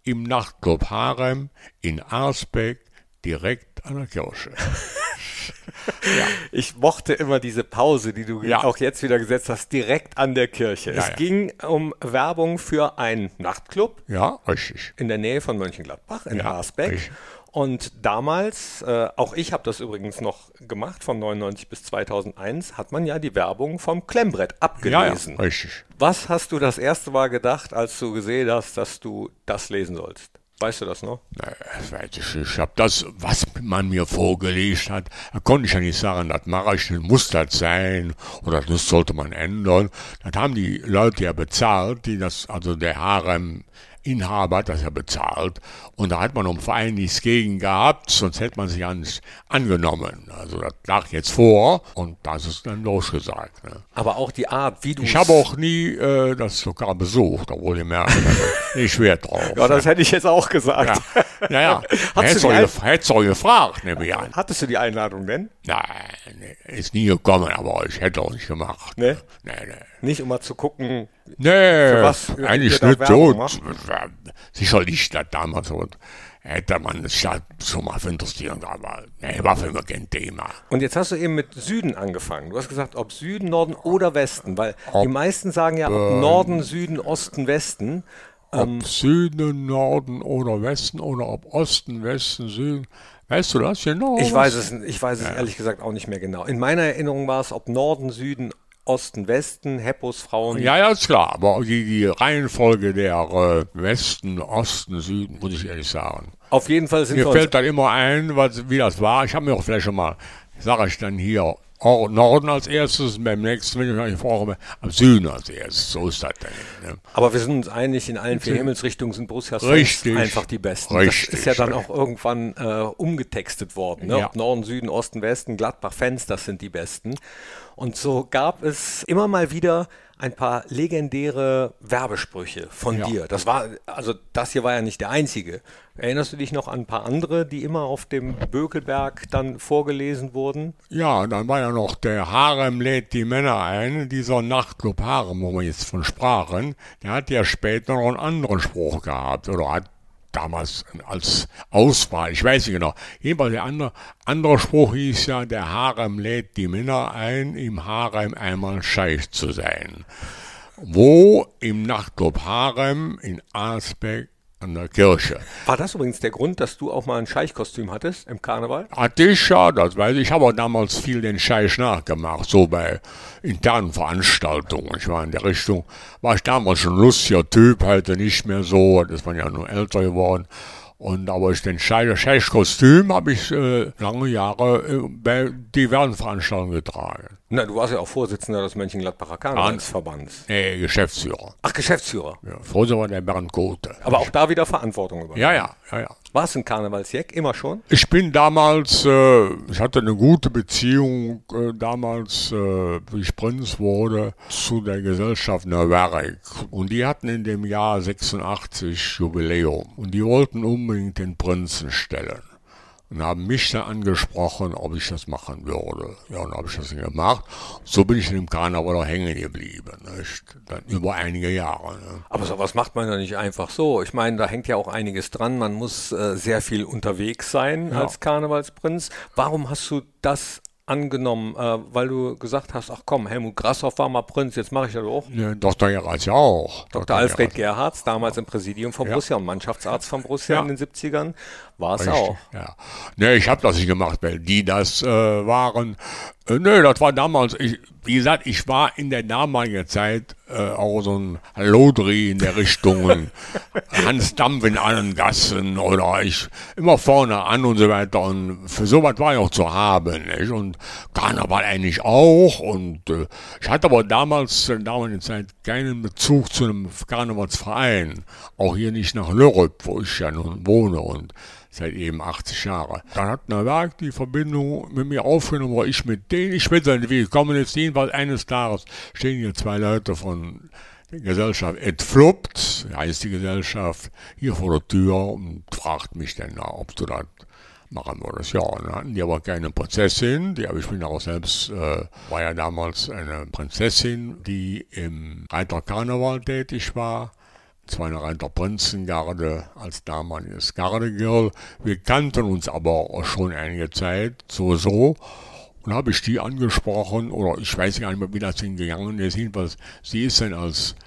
im Nachtclub Harem in Arsbeck, direkt an der Kirche. Ja. Ich mochte immer diese Pause, die du ja. auch jetzt wieder gesetzt hast, direkt an der Kirche. Ja, es ja. ging um Werbung für einen Nachtclub. Ja, richtig. In der Nähe von Mönchengladbach, in ja, Arsbeck. Richtig. Und damals, äh, auch ich habe das übrigens noch gemacht, von neunundneunzig bis zweitausendeins, hat man ja die Werbung vom Klemmbrett abgelesen. Ja, ja, richtig. Was hast du das erste Mal gedacht, als du gesehen hast, dass du das lesen sollst? Weißt du das noch? Ich, ich habe das, was man mir vorgelegt hat, da konnte ich ja nicht sagen, das mache ich nicht, muss das sein oder das sollte man ändern. Das haben die Leute ja bezahlt, die das, also der Harem Inhaber hat das ja bezahlt und da hat man um Verein nichts gegen gehabt, sonst hätte man sich ja nicht angenommen. Also das lag jetzt vor und das ist dann losgesagt. Ne? Aber auch die Art, wie du Ich habe auch nie äh, das sogar besucht, obwohl ich merke, da ich schwer drauf. Ja, das hätte ich jetzt auch gesagt. Ja, naja, hättest du auch, auch gefragt, nehme ich an. Hattest du die Einladung denn? Nein, ist nie gekommen, aber ich hätte auch nicht gemacht. Ne? Nee, nee. Nicht um mal zu gucken, nee, für was eigentlich nicht so. Sicherlich, das damals so, hätte man sich so mal interessieren, aber nee, war für mich kein Thema. Und jetzt hast du eben mit Süden angefangen. Du hast gesagt, ob Süden, Norden oder Westen, weil ob, die meisten sagen ja, ob äh, Norden, Süden, Osten, Westen. Ob ähm, Süden, Norden oder Westen oder ob Osten, Westen, Süden. Weißt du das genau? Ich weiß es, ich weiß es ja. ehrlich gesagt auch nicht mehr genau. In meiner Erinnerung war es, ob Norden, Süden, Osten, Westen, Heppos, Frauen. Ja, ja, ist klar. Aber die, die Reihenfolge der äh, Westen, Osten, Süden, muss ich ehrlich sagen. Auf jeden Fall sind mir wir fällt dann immer ein, was, wie das war. Ich habe mir auch vielleicht schon mal, sage ich dann hier, Norden als erstes, beim nächsten, wenn ich mich vorkomme, am Süden als erstes. So ist das dann. Ne? Aber wir sind uns einig, in allen vier Himmelsrichtungen sind Borussia Richtig, einfach die Besten. Richtig, das ist ja dann auch irgendwann äh, umgetextet worden. Ne? Ja. Ob Norden, Süden, Osten, Westen, Gladbach, Fans, das sind die Besten. Und so gab es immer mal wieder ein paar legendäre Werbesprüche von ja. dir. Das war, also das hier war ja nicht der einzige. Erinnerst du dich noch an ein paar andere, die immer auf dem Bökelberg dann vorgelesen wurden? Ja, dann war ja noch der Harem lädt die Männer ein, dieser Nachtclub Harem, wo wir jetzt von sprachen. Der hat ja später noch einen anderen Spruch gehabt oder hat damals als Auswahl, ich weiß nicht genau. Jedenfalls der andere, andere Spruch hieß ja, der Harem lädt die Männer ein, im Harem einmal Scheich zu sein. Wo? Im Nachtclub Harem in Arsbeck an der Kirche. War das übrigens der Grund, dass du auch mal ein Scheichkostüm hattest im Karneval? Hatte ich ja, das weiß ich. Ich habe auch damals viel den Scheich nachgemacht, so bei internen Veranstaltungen. Ich war in der Richtung, war ich damals schon ein lustiger Typ, heute nicht mehr so, das ist man ja nur älter geworden. Und aber ich den Scheich-Kostüm habe ich äh, lange Jahre äh, bei diversen Veranstaltungen getragen. Na, du warst ja auch Vorsitzender des Mönchengladbacher Karnevalsverbands. Nee, Geschäftsführer. Ach, Geschäftsführer. Ja, Vorsitzender war der Bernd Gothe. Aber auch da wieder Verantwortung übernommen. Ja, ja, ja, ja. Warst du ein Karnevalsjack? Immer schon? Ich bin damals, äh, ich hatte eine gute Beziehung äh, damals, äh, wie ich Prinz wurde, zu der Gesellschaft Neuwerk. Und die hatten in dem Jahr sechsundachtzig Jubiläum. Und die wollten unbedingt den Prinzen stellen. Und haben mich dann angesprochen, ob ich das machen würde. Ja, und habe ich das gemacht. So bin ich in dem Karneval auch hängen geblieben. Nicht? Dann über einige Jahre. Ne? Aber sowas macht man ja nicht einfach so. Ich meine, da hängt ja auch einiges dran. Man muss äh, sehr viel unterwegs sein ja. als Karnevalsprinz. Warum hast du das angenommen, äh, weil du gesagt hast, ach komm, Helmut Grasshoff war mal Prinz, jetzt mache ich das auch. Ja, Doktor Gerhardt ja auch. Doktor, Doktor Alfred Gerhardt, damals im Präsidium von Borussia ja. und Mannschaftsarzt von Borussia ja. in den siebzigern, war es auch. Ja. Nee, ich habe das nicht gemacht, weil die das äh, waren. Äh, nee, das war damals, ich, wie gesagt, ich war in der damaligen Zeit äh, auch so ein Lodri in der Richtung Hans Dampf in allen Gassen oder ich immer vorne an und so weiter. Und für sowas war ich auch zu haben. Nicht? Und Karneval eigentlich auch. Und äh, ich hatte aber damals, in der damaligen Zeit, keinen Bezug zu einem Karnevalsverein. Auch hier nicht nach Lörrep, wo ich ja nun wohne und seit eben achtzig Jahren. Dann hat Neuwerk die Verbindung mit mir aufgenommen, wo ich mit denen, ich weiß nicht, wie gekommen ist, jedenfalls eines Tages stehen hier zwei Leute von der Gesellschaft Ed Fluppt, heißt die Gesellschaft, hier vor der Tür und fragt mich dann, ob du das machen würdest. Ja, und dann hatten die aber keine Prinzessin, die habe ich mir auch selbst, äh, war ja damals eine Prinzessin, die im Reiter Karneval tätig war. Zweiner Prinzengarde als damaliges Gardegirl. Wir kannten uns aber auch schon einige Zeit, so so. Und habe ich die angesprochen, oder ich weiß gar nicht mehr, wie das hingegangen ist. Jedenfalls, sie ist dann als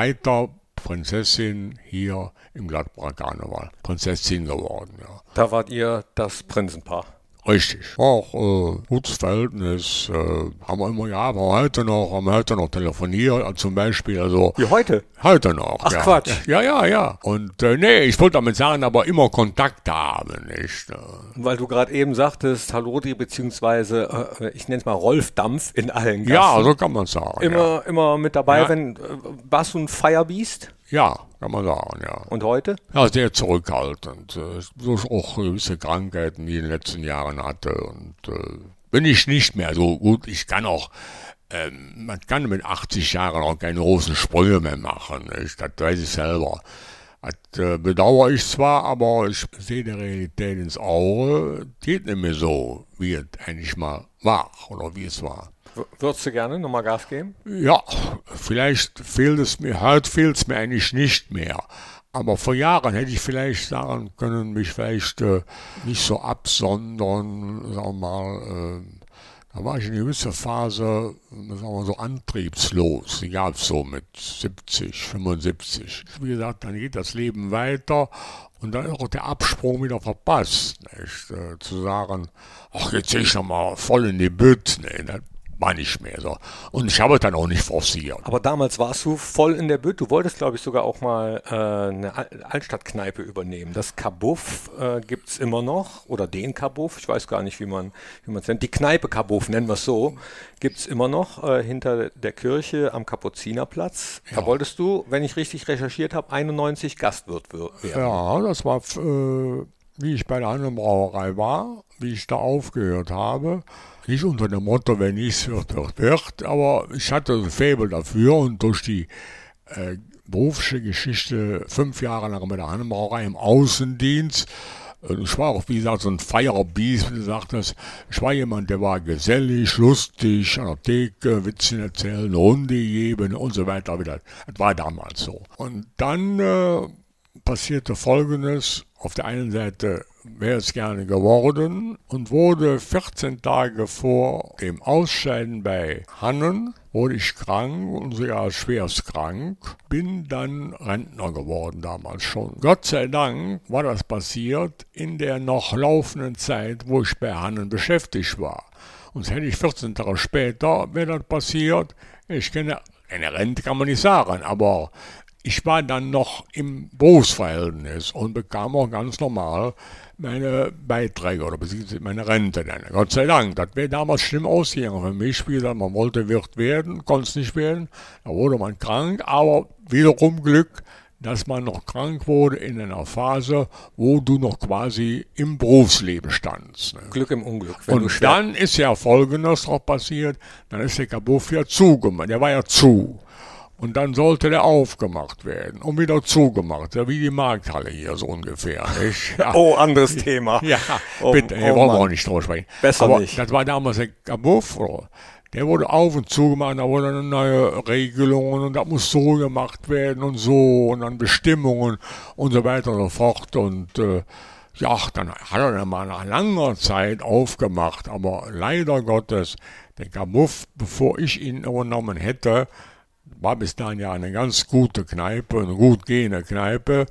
Reiterprinzessin hier im Gladbacher Karneval Prinzessin geworden. Ja. Da wart ihr das Prinzenpaar. Richtig. Auch äh, gutes Verhältnis äh, haben wir immer gehabt, haben wir heute noch, haben wir heute noch telefoniert, also zum Beispiel, also. Wie heute? Heute noch. Ach ja. Quatsch. Ja, ja, ja. Und äh, nee, ich wollte damit sagen, aber immer Kontakt haben, nicht? Äh. Weil du gerade eben sagtest, Halodi, beziehungsweise, äh, ich nenne es mal Rolfdampf in allen Gassen. Ja, so kann man sagen. Immer, ja. immer mit dabei, Ja. wenn, äh, warst du ein Firebeast? Ja, kann man sagen, ja. Und heute? Ja, sehr zurückhaltend. Äh, durch auch gewisse Krankheiten, die ich in den letzten Jahren hatte. Und äh, bin ich nicht mehr so gut. Ich kann auch, ähm, man kann mit achtzig Jahren auch keine großen Sprünge mehr machen. Ich, das weiß ich selber. Das äh, bedauere ich zwar, aber ich sehe der Realität ins Auge. Geht nicht mehr so, wie es eigentlich mal war oder wie es war. Würdest du gerne nochmal Gas geben? Ja, vielleicht fehlt es mir, heute fehlt es mir eigentlich nicht mehr. Aber vor Jahren hätte ich vielleicht sagen können, mich vielleicht äh, nicht so absondern, sagen wir mal, äh, da war ich in einer gewissen Phase, sagen wir so, antriebslos. Die gab es so mit siebzig, fünfundsiebzig. Wie gesagt, dann geht das Leben weiter und dann ist auch der Absprung wieder verpasst. Nicht? Äh, zu sagen, ach, jetzt sehe ich nochmal voll in die Bütt. Nee, das war nicht mehr so. Und ich habe es dann auch nicht forciert. Aber damals warst du voll in der Bütt. Du wolltest, glaube ich, sogar auch mal äh, eine Al- Altstadtkneipe übernehmen. Das Kabuff äh, gibt es immer noch. Oder den Kabuff. Ich weiß gar nicht, wie man wie man es nennt. Die Kneipe Kabuff, nennen wir es so. Gibt es immer noch äh, hinter der Kirche am Kapuzinerplatz. Ja. Da wolltest du, wenn ich richtig recherchiert habe, einundneunzig Gastwirt werden. Ja, das war, äh, wie ich bei der anderen Brauerei war, wie ich da aufgehört habe. Nicht unter dem Motto, wenn nichts wird, wird, wird, aber ich hatte ein Faible dafür und durch die äh, berufliche Geschichte fünf Jahre lang bei der Hannenbrauerei im Außendienst. äh, Ich war auch, wie gesagt, so ein Firebeast, wie du sagtest. Ich war jemand, der war gesellig, lustig, an der Theke, Witzchen erzählen, eine Runde geben und so weiter. Das war damals so. Und dann äh, passierte Folgendes. Auf der einen Seite wäre es gerne geworden und wurde vierzehn Tage vor dem Ausscheiden bei Hannen, wurde ich krank und sogar schwerst krank, bin dann Rentner geworden damals schon. Gott sei Dank war das passiert in der noch laufenden Zeit, wo ich bei Hannen beschäftigt war. Und hätte ich vierzehn Tage später, wäre das passiert, ich kenne, eine Rente kann man nicht sagen, aber ich war dann noch im Berufsverhältnis und bekam auch ganz normal meine Beiträge oder beziehungsweise meine Rente dann. Gott sei Dank, das wäre damals schlimm ausgegangen für mich. Wie gesagt, man wollte Wirt werden, konnte es nicht werden. Da wurde man krank, aber wiederum Glück, dass man noch krank wurde in einer Phase, wo du noch quasi im Berufsleben standst. Ne? Glück im Unglück. Wenn Und du schwer- dann ist ja Folgendes noch passiert, dann ist der Kabuff ja zugemacht, der war ja zu. Und dann sollte der aufgemacht werden und wieder zugemacht, ja, wie die Markthalle hier so ungefähr. Nicht? Ja. Oh, anderes Thema. Ja, Oh, bitte, oh hier wollen wir Mann. auch nicht drüber sprechen. Besser Aber nicht. das war damals der Kabuff, oder? Der wurde auf und zugemacht, da wurde eine neue Regelungen und das muss so gemacht werden und so und dann Bestimmungen und so weiter und so fort. Und äh, ja, dann hat er dann mal nach langer Zeit aufgemacht, aber leider Gottes, der Kabuff, bevor ich ihn übernommen hätte, war bis dahin ja eine ganz gute Kneipe, eine gut gehende Kneipe.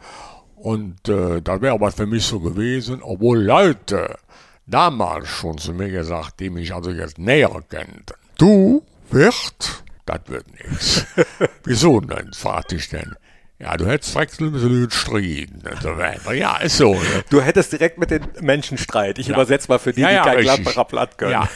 Und äh, das wäre aber für mich so gewesen, obwohl Leute damals schon zu mir gesagt, die mich also jetzt näher kannten. Du, Wirt, das wird nichts. Wieso denn, fragte ich denn. Ja, du hättest direkt ein bisschen gestritten und so weiter. Ja, ist so. Ne? Du hättest direkt mit den Menschen Streit. Ich Ja. übersetze mal für die, Ja, die ja, kein richtig. Gladbacher Platt können. Ja.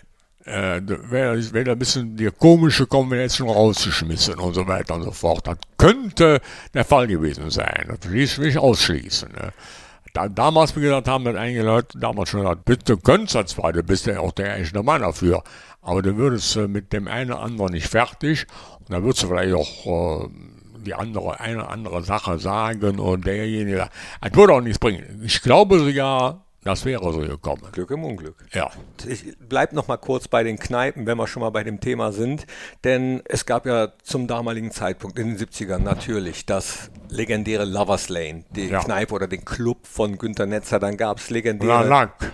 Äh, wäre wär ein bisschen der komische kommen, wir jetzt schon rausgeschmissen und so weiter und so fort. Das könnte der Fall gewesen sein. Das will ich nicht ausschließen. Ne? Da, damals, wie gesagt, haben dann einige Leute damals schon gesagt, bitte könntest du zwar, du bist ja auch der echte Mann dafür, aber du würdest äh, mit dem einen oder anderen nicht fertig und dann würdest du vielleicht auch äh, die andere, eine oder andere Sache sagen und derjenige, das würde auch nichts bringen. Ich glaube sogar, Das wäre so gekommen. Glück im Unglück. Ja. Ich bleib noch mal kurz bei den Kneipen, wenn wir schon mal bei dem Thema sind. Denn es gab ja zum damaligen Zeitpunkt in den siebzigern natürlich das legendäre Lovers Lane, die Ja. Kneipe oder den Club von Günter Netzer. Dann gab es La legendäre Lac.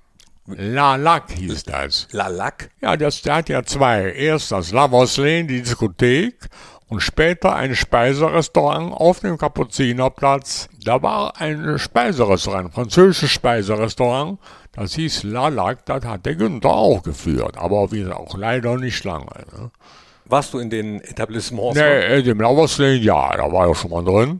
La Lac hieß das. La Lac. Ja, das, der hat ja zwei. Erst das Lovers Lane, die Diskothek, und später ein Speiserestaurant auf dem Kapuzinerplatz. Da war ein Speiserestaurant, ein französisches Speiserestaurant. Das hieß La Lac, das hat der Günther auch geführt. Aber wie gesagt, auch leider nicht lange. Ne? Warst du in den Etablissements? Nee, dem Lovers Lane, ja, da war ja schon mal drin.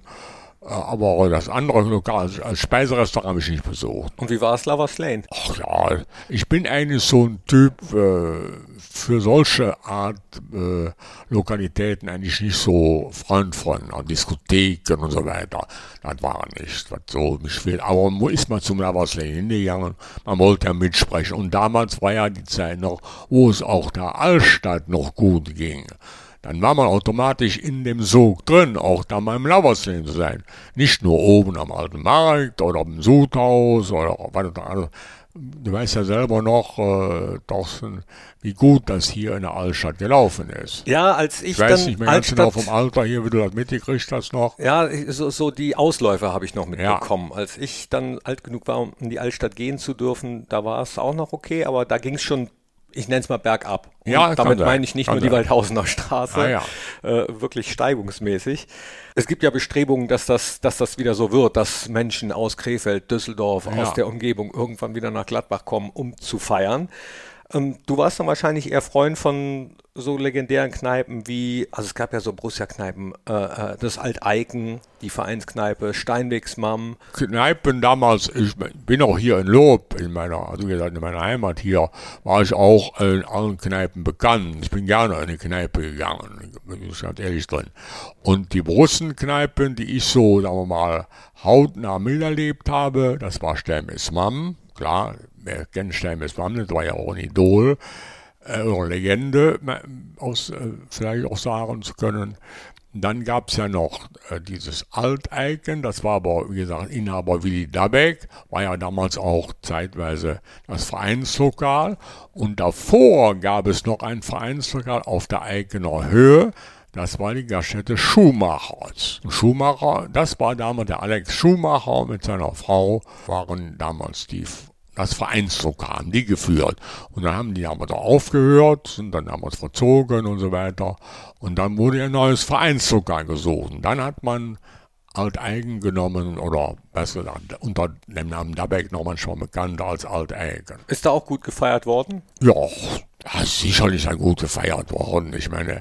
Aber das andere Lokal, als Speiserestaurant, habe ich nicht besucht. Und wie war es Lovers Lane? Ach ja, ich bin eigentlich so ein Typ äh, für solche Art äh, Lokalitäten eigentlich nicht so Freund von, an Diskotheken und so weiter. Das war nicht, was so mich fehlt. Aber wo ist man zum Lovers Lane hingegangen? Man wollte ja mitsprechen. Und damals war ja die Zeit noch, wo es auch der Altstadt noch gut ging. Dann war man automatisch in dem Sog drin, auch da mal im Lovers Lane zu sein. Nicht nur oben am Alten Markt oder im Sudhaus oder was da alles. Du weißt ja selber noch, äh, Thorsten, wie gut das hier in der Altstadt gelaufen ist. Ja, als ich, Ich weiß dann nicht mehr ganz genau Altstadt, vom Alter hier, wie du das mitgekriegt hast noch. ja, so, so die Ausläufer habe ich noch mitbekommen. Ja. Als ich dann alt genug war, um in die Altstadt gehen zu dürfen, da war es auch noch okay, aber da ging es schon, ich nenne es mal bergab. Und ja, damit sein. meine ich nicht kann nur die sein. Waldhausener Straße, Ah, ja. äh, wirklich steigungsmäßig. Es gibt ja Bestrebungen, dass das, dass das wieder so wird, dass Menschen aus Krefeld, Düsseldorf, Ja. aus der Umgebung irgendwann wieder nach Gladbach kommen, um zu feiern. Ähm, du warst dann wahrscheinlich eher Freund von so legendären Kneipen wie, also es gab ja so Borussia-Kneipen, äh, äh, das Alteiken, die Vereinskneipe, Steinwegs Mam. Kneipen damals, ich bin auch hier in Lob, in meiner, also wie gesagt, in meiner Heimat hier, war ich auch in allen Kneipen bekannt. Ich bin gerne in eine Kneipe gegangen, bin ich ganz ehrlich drin. Und die Russenkneipen, die ich so, sagen wir mal, hautnah miterlebt habe, das war Steinwegs Mam, klar, wer kennt Steinwegs Mam, das war ja auch ein Idol, äh, oder Legende, aus, äh, vielleicht auch sagen zu können. Dann gab es ja noch äh, dieses Alteiken, das war aber, wie gesagt, Inhaber Willi Dabeck, war ja damals auch zeitweise das Vereinslokal. Und davor gab es noch ein Vereinslokal auf der Eikener Höhe, das war die Gaststätte Schumachers. Und Schumacher, das war damals der Alex Schumacher mit seiner Frau, waren damals die das Vereinslokal, haben die geführt. Und dann haben die damals aufgehört, sind dann damals verzogen und so weiter. Und dann wurde ein neues Vereinslokal gesucht. Und dann hat man Alteigen genommen, oder besser gesagt, unter dem Namen Dabeck noch manchmal bekannt als Alteigen. Ist da auch gut gefeiert worden? Ja, das ist sicherlich ein gut gefeiert worden. Ich meine,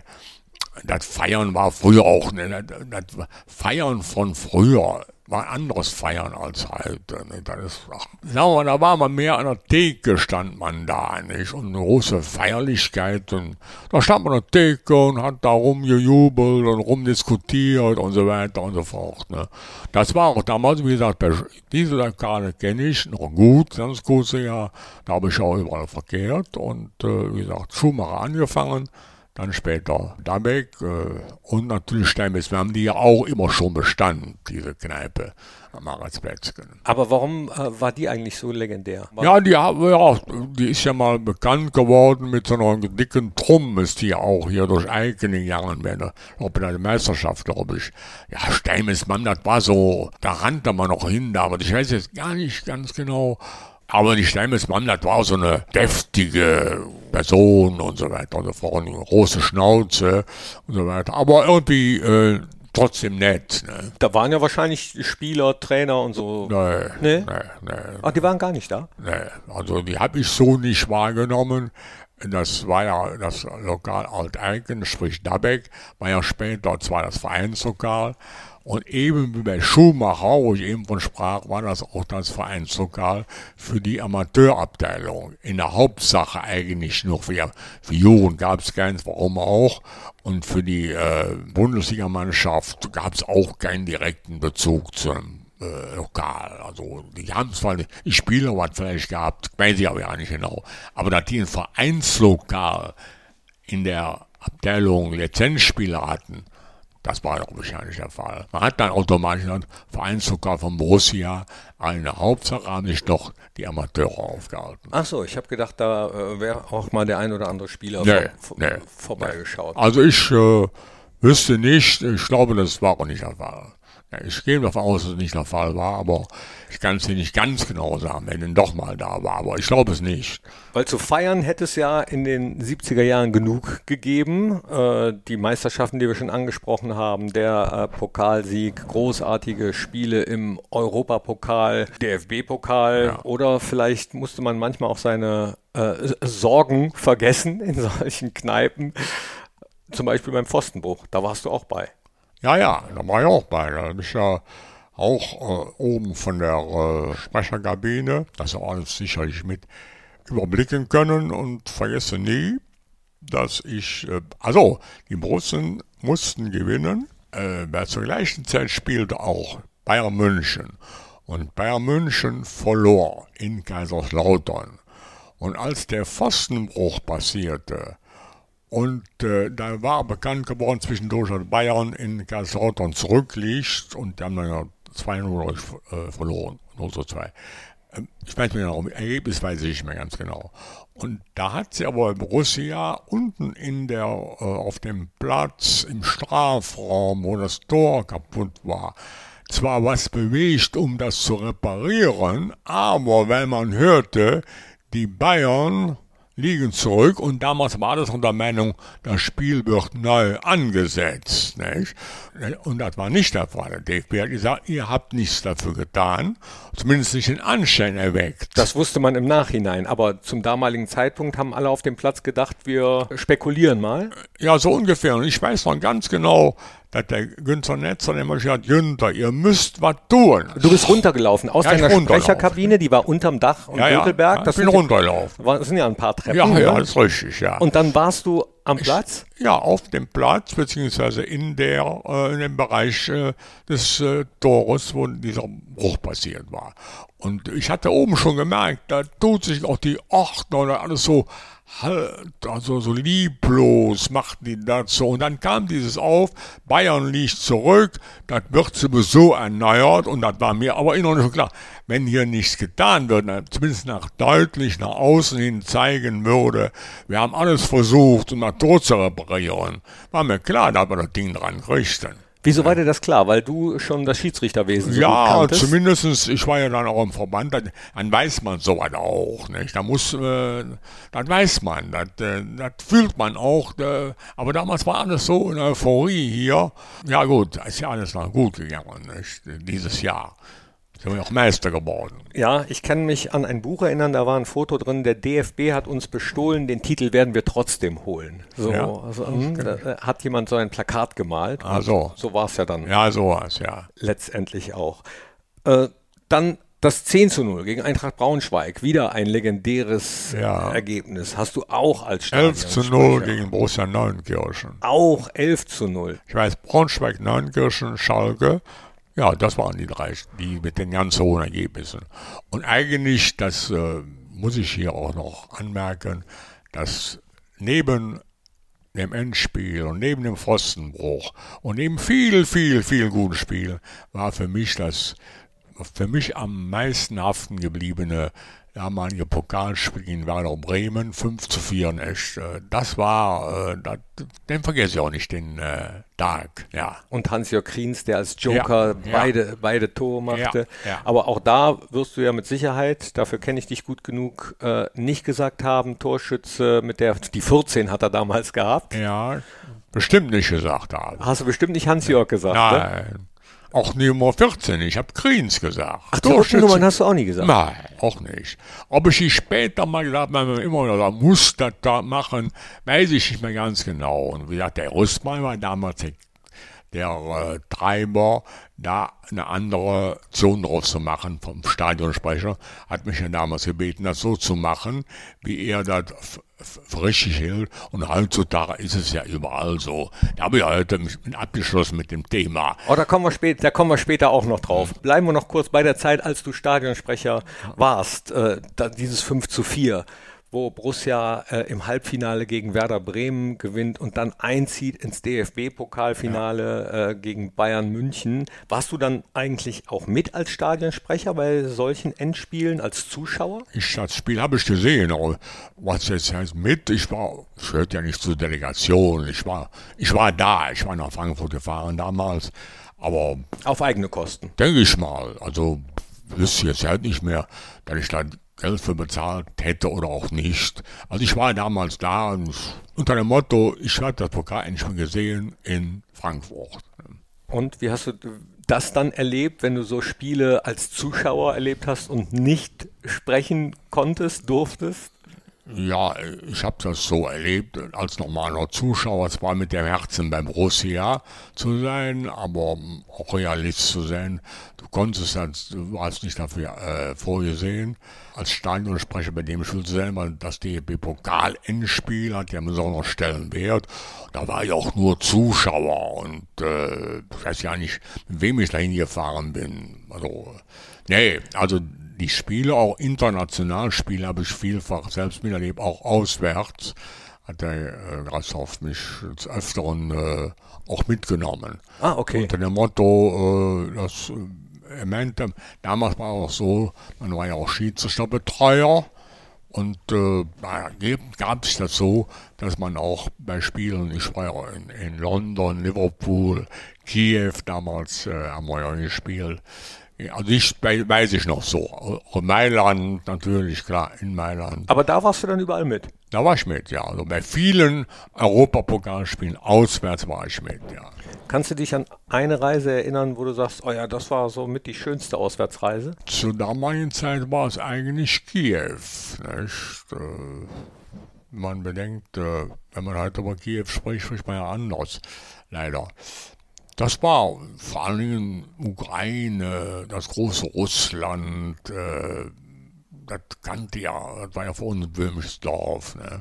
das Feiern war früher auch, ne, das, das Feiern von früher war anderes Feiern als heute. Ne? Das ist, ach, sagen wir mal, da war man mehr an der Theke, stand man da, nicht? Und eine große Feierlichkeit. Und da stand man an der Theke und hat da rumgejubelt und rumdiskutiert und so weiter und so fort. Ne? Das war auch damals, wie gesagt, diese Lokale kenne ich noch gut, ganz kurze Jahr. Da habe ich auch überall verkehrt und, äh, wie gesagt, Schumacher angefangen. Dann später Dabeck äh, und natürlich Steinwegs. Wir haben die ja auch immer schon bestanden, diese Kneipe am Maritzplätzchen. Aber warum äh, war die eigentlich so legendär? War Ja, die, ja, die ist ja mal bekannt geworden mit so einer dicken Trumm, ist die auch hier durch Eiken gegangen, auch bei der Meisterschaft, glaube ich. Ja, Steinwegs, Mann, das war so, da rannte man noch hin, da, aber ich weiß jetzt gar nicht ganz genau. Aber die Steinwegs Mam, das war so eine deftige Person und so weiter und so fort, eine große Schnauze und so weiter. Aber irgendwie äh, trotzdem nett. Ne? Da waren ja wahrscheinlich Spieler, Trainer und so. Nee, Nee? nee, nee. Ach, die waren gar nicht da? Nee, also die habe ich so nicht wahrgenommen. Das war ja das Lokal Alteiken, sprich Dabeck, war ja später zwar das Vereinslokal. Und eben wie bei Schumacher, wo ich eben von sprach, war das auch das Vereinslokal für die Amateurabteilung. In der Hauptsache eigentlich nur für, für Jugend gab es keins, warum auch. Und für die äh, Bundesligamannschaft gab es auch keinen direkten Bezug zum äh, Lokal. Also die haben zwar, die Spieler was vielleicht gehabt, weiß ich aber ja nicht genau. Aber dass die ein Vereinslokal in der Abteilung Lizenzspieler hatten, Das war doch wahrscheinlich der Fall. Man hat dann automatisch gesagt, Vereinszucker von Borussia, eine Hauptsache haben sich doch die Amateure aufgehalten. Ach so, ich habe gedacht, da äh, wäre auch mal der ein oder andere Spieler nee, vor, nee, vorbeigeschaut. Nee. Also ich äh, wüsste nicht, ich glaube, das war auch nicht der Fall. Ich gehe davon aus, dass es nicht der Fall war, aber ich kann es dir nicht ganz genau sagen, wenn er doch mal da war, aber ich glaube es nicht. Weil zu feiern hätte es ja in den siebziger Jahren genug gegeben. Äh, die Meisterschaften, die wir schon angesprochen haben, der äh, Pokalsieg, großartige Spiele im Europapokal, D F B-Pokal ja. Oder vielleicht musste man manchmal auch seine äh, Sorgen vergessen in solchen Kneipen, zum Beispiel beim Pfostenbruch, da warst du auch bei. Ja, ja, da war ich auch bei. Da bin ich ja auch äh, oben von der äh, Sprecherkabine, das wir alles sicherlich mit überblicken können und vergesse nie, dass ich, äh, also die Borussen mussten gewinnen, äh, wer zur gleichen Zeit spielte auch Bayern München. Und Bayern München verlor in Kaiserslautern. Und als der Pfostenbruch passierte, und äh, da war bekannt geworden zwischendurch, dass Bayern in Kaiserslautern zurückliegt und die haben dann ja zwei null äh, verloren, null zu zwei. Ähm, ich weiß nicht mehr genau, Ergebnis weiß ich nicht mehr ganz genau. Und da hat sie aber Borussia unten in der, äh, auf dem Platz im Strafraum, wo das Tor kaputt war, zwar was bewegt, um das zu reparieren, aber weil man hörte, die Bayern liegen zurück und damals war das unter Meinung, das Spiel wird neu angesetzt, nicht? Und das war nicht der Fall. Der D F B hat gesagt, ihr habt nichts dafür getan, zumindest nicht den Anschein erweckt. Das wusste man im Nachhinein, aber zum damaligen Zeitpunkt haben alle auf dem Platz gedacht, wir spekulieren mal. Ja, so ungefähr. Und ich weiß noch ganz genau, dass der Günther Netzer immer gesagt hat, Günther, ihr müsst was tun. Du bist runtergelaufen aus ja, deiner Sprecherkabine, die war unterm Dach und ja, Götelberg. Ja, das ich bin sind, runtergelaufen. Das sind ja ein paar Treppen. Ja, ja, ne? das ist richtig, ja. Und dann warst du am Platz? Ich, ja, auf dem Platz, beziehungsweise in, der, äh, in dem Bereich äh, des äh, Tores, wo dieser Bruch passiert war. Und ich hatte oben schon gemerkt, da tut sich auch die Ordner oder alles so halt, also so lieblos machten die das so. Und dann kam dieses auf, Bayern liegt zurück, das wird sowieso erneuert. Und das war mir aber immer noch klar, wenn hier nichts getan wird, zumindest nach deutlich nach außen hin zeigen würde, wir haben alles versucht, um das Tor zu reparieren, war mir klar, dass wir das Ding dran kriegten. Wieso war dir das klar? Weil du schon das Schiedsrichterwesen so ja, gut kanntest? Zumindest, ich war ja dann auch im Verband, dann, dann weiß man sowas auch, nicht? Da muss, äh, das weiß man, das, äh, das fühlt man auch, äh, aber damals war alles so in Euphorie hier. Ja gut, ist ja alles noch gut gegangen, nicht? Dieses Jahr. Sind wir auch Meister geworden. Ja, ich kann mich an ein Buch erinnern, da war ein Foto drin, der D F B hat uns bestohlen, den Titel werden wir trotzdem holen. So, ja, also, mh, da hat jemand so ein Plakat gemalt. Ah, so. So war es ja dann. Ja, so war es, ja. Letztendlich auch. Äh, dann das zehn zu null gegen Eintracht Braunschweig, wieder ein legendäres ja. Ergebnis. Hast du auch als Stadionsprecher. elf zu null gegen Borussia Neunkirchen. Auch elf zu null. Ich weiß, Braunschweig, Neunkirchen, Schalke. Ja, das waren die drei, die mit den ganz hohen Ergebnissen. Und eigentlich, das äh, muss ich hier auch noch anmerken, dass neben dem Endspiel und neben dem Pfostenbruch und neben viel, viel, viel guten Spielen war für mich das, für mich am meisten haften gebliebene damalige Pokalspiel in Werder Bremen, fünf zu vier in echt. Das war, äh, das, den vergesse ich auch nicht, den äh, Tag, ja. Und Hans-Jörg Kriens, der als Joker ja, beide, ja. beide Tore machte. Ja, ja. Aber auch da wirst du ja mit Sicherheit, dafür kenne ich dich gut genug, äh, nicht gesagt haben, Torschütze mit der, die vierzehn hat er damals gehabt. Ja, bestimmt nicht gesagt haben. Hast du bestimmt nicht Hans-Jörg gesagt, Nein. Ne? Auch Nummer vierzehn, ich habe Kriens gesagt. Ach, die Nummern hast du auch nie gesagt? Nein, auch nicht. Ob ich die später mal gesagt habe, immer noch, muss das da machen, weiß ich nicht mehr ganz genau. Und wie gesagt, der Rüstmann war damals der, der äh, Treiber, da eine andere Zone drauf zu machen vom Stadionsprecher, hat mich ja damals gebeten, das so zu machen, wie er das f- f- richtig hält. Und heutzutage ist es ja überall so. Da habe ich heute abgeschlossen mit dem Thema. Oh, da kommen wir spät, da kommen wir später auch noch drauf. Bleiben wir noch kurz bei der Zeit, als du Stadionsprecher warst, äh, da, dieses fünf zu vier. wo Borussia äh, im Halbfinale gegen Werder Bremen gewinnt und dann einzieht ins D F B-Pokalfinale ja. äh, gegen Bayern München. Warst du dann eigentlich auch mit als Stadionsprecher bei solchen Endspielen, als Zuschauer? Ich, das Spiel habe ich gesehen, aber was jetzt heißt mit, ich war, ich gehörte ja nicht zur Delegation, ich war, ich war da, ich war nach Frankfurt gefahren damals, aber... Auf eigene Kosten? Denke ich mal, also wüsste jetzt halt nicht mehr, dass ich da Geld für bezahlt hätte oder auch nicht. Also ich war damals da und unter dem Motto, ich habe das Pokal endlich mal gesehen in Frankfurt. Und wie hast du das dann erlebt, wenn du so Spiele als Zuschauer erlebt hast und nicht sprechen konntest, durftest? Ja, ich habe das so erlebt, als normaler Zuschauer, zwar mit dem Herzen beim Borussia zu sein, aber auch Realist zu sein. Du konntest das, du warst nicht dafür äh, vorgesehen, als Stadionsprecher bei dem Spiel zu sein, weil das D F B-Pokal-Endspiel hat ja einen besonderen Stellenwert. Da war ich auch nur Zuschauer und äh, ich weiß ja nicht, mit wem ich dahin gefahren bin. Also, nee, also die Spiele, auch international Spiele, habe ich vielfach selbst miterlebt, auch auswärts, hat der äh, Grashoff mich des Öfteren äh, auch mitgenommen. Ah, okay. Unter dem Motto, äh, dass er meinte, damals war es auch so, man war ja auch Schiedsrichterbetreuer und äh, gab es das so, dass man auch bei Spielen, ich war ja in, in London, Liverpool, Kiew damals äh, haben wir ja gespielt. Also ich weiß ich noch so. Mailand natürlich, klar, in Mailand. Aber da warst du dann überall mit? Da war ich mit, ja. Also bei vielen Europapokalspielen auswärts war ich mit, ja. Kannst du dich an eine Reise erinnern, wo du sagst, oh ja, das war so mit die schönste Auswärtsreise? Zur damaligen Zeit war es eigentlich Kiew, nicht? Äh, man bedenkt, äh, wenn man halt über Kiew spricht, spricht man ja anders, leider. Das war vor allen Dingen Ukraine, das große Russland, äh, das kannte ja, das war ja für uns ein böhmisches Dorf. Ne?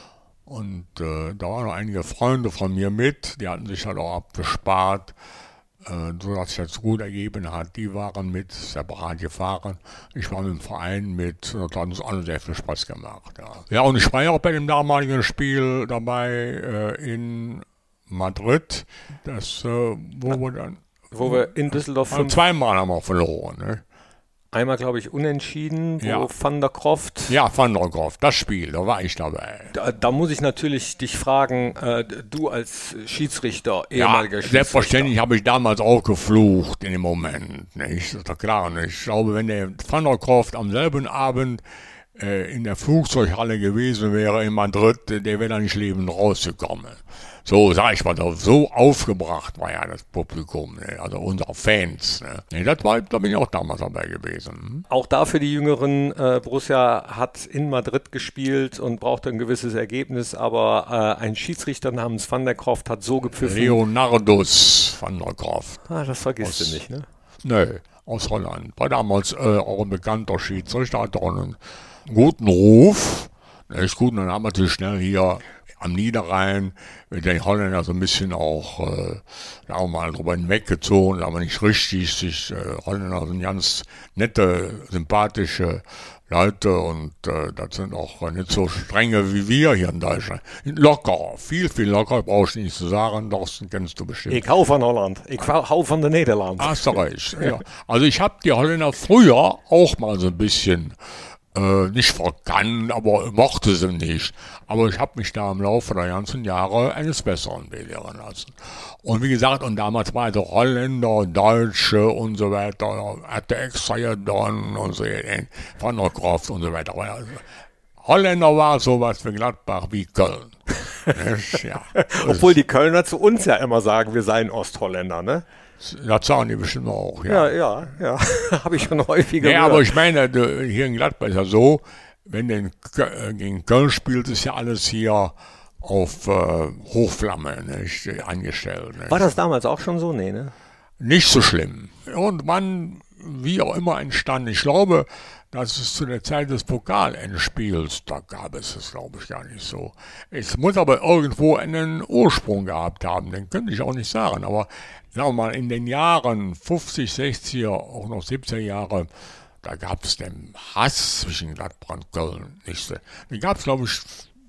Und äh, da waren noch einige Freunde von mir mit, die hatten sich halt auch abgespart, äh, sodass sich das gut ergeben hat. Die waren mit, separat gefahren. Ich war mit dem Verein mit, das hat uns alle sehr viel Spaß gemacht. Ja, ja und ich war ja auch bei dem damaligen Spiel dabei äh, in Madrid, das, äh, wo wir dann... Wo wir in Düsseldorf... Also zweimal haben wir verloren, ne? Einmal, glaube ich, unentschieden, wo ja. Van der Croft... Ja, Van der Croft, das Spiel, da war ich dabei. Da, da muss ich natürlich dich fragen, äh, du als Schiedsrichter, ehemaliger ja, Schiedsrichter... Selbstverständlich habe ich damals auch geflucht in dem Moment, nicht? Das ist doch klar, nicht? Ich glaube, wenn der Van der Croft am selben Abend äh, in der Flugzeughalle gewesen wäre in Madrid, der wäre da nicht lebend rausgekommen. So, sag ich mal, so aufgebracht war ja das Publikum, ne? Also unsere Fans. Ne? Nee, das war, da bin ich auch damals dabei gewesen. Auch da für die Jüngeren, äh, Borussia hat in Madrid gespielt und brauchte ein gewisses Ergebnis, aber äh, ein Schiedsrichter namens Van der Croft hat so gepfiffen. Leonardus Van der Croft. Ah, das vergisst aus, du nicht, ne? Nö, aus Holland. War damals äh, auch ein bekannter Schiedsrichter, hat auch einen guten Ruf. Der ist gut, und dann haben wir natürlich schnell hier am Niederrhein mit den Holländern so ein bisschen auch, äh, auch mal drüber hinweggezogen, aber nicht richtig. Sich, äh, Holländer sind ganz nette, sympathische Leute und äh, das sind auch äh, nicht so strenge wie wir hier in Deutschland. Locker, viel, viel locker, brauchst du nicht zu sagen, das kennst du bestimmt. Ich hau von Holland, ich hau von den Niederlanden. Hast du recht, ja. Also ich habe die Holländer früher auch mal so ein bisschen Äh, nicht verkannt, aber mochte sie nicht. Aber ich habe mich da im Laufe der ganzen Jahre eines Besseren belehren lassen. Und wie gesagt, und damals war also Holländer, Deutsche und so weiter, hatte extra getan und so, Van der Croft und so weiter. Also, Holländer war sowas für Gladbach wie Köln. Ja. Obwohl die Kölner zu uns ja immer sagen, wir seien Ostholländer, ne? Das sagen die bestimmt auch, ja. Ja, ja, ja. Habe ich schon häufiger gehört. Ja, gehört. aber ich meine, hier in Gladbach ist ja so, wenn du gegen Köln spielt, ist ja alles hier auf äh, Hochflamme nicht, angestellt. Nicht? War das damals auch schon so? Nee, ne? Nicht so schlimm. Und man, wie auch immer entstanden, ich glaube, dass es zu der Zeit des Pokalendspiels, da gab es es, glaube ich, gar nicht so. Es muss aber irgendwo einen Ursprung gehabt haben, den könnte ich auch nicht sagen, aber sagen wir mal, in den Jahren fünfzig, sechziger, auch noch siebziger Jahre, da gab es da gab es den Hass zwischen Gladbach und Köln nicht so. Den gab es, glaube ich,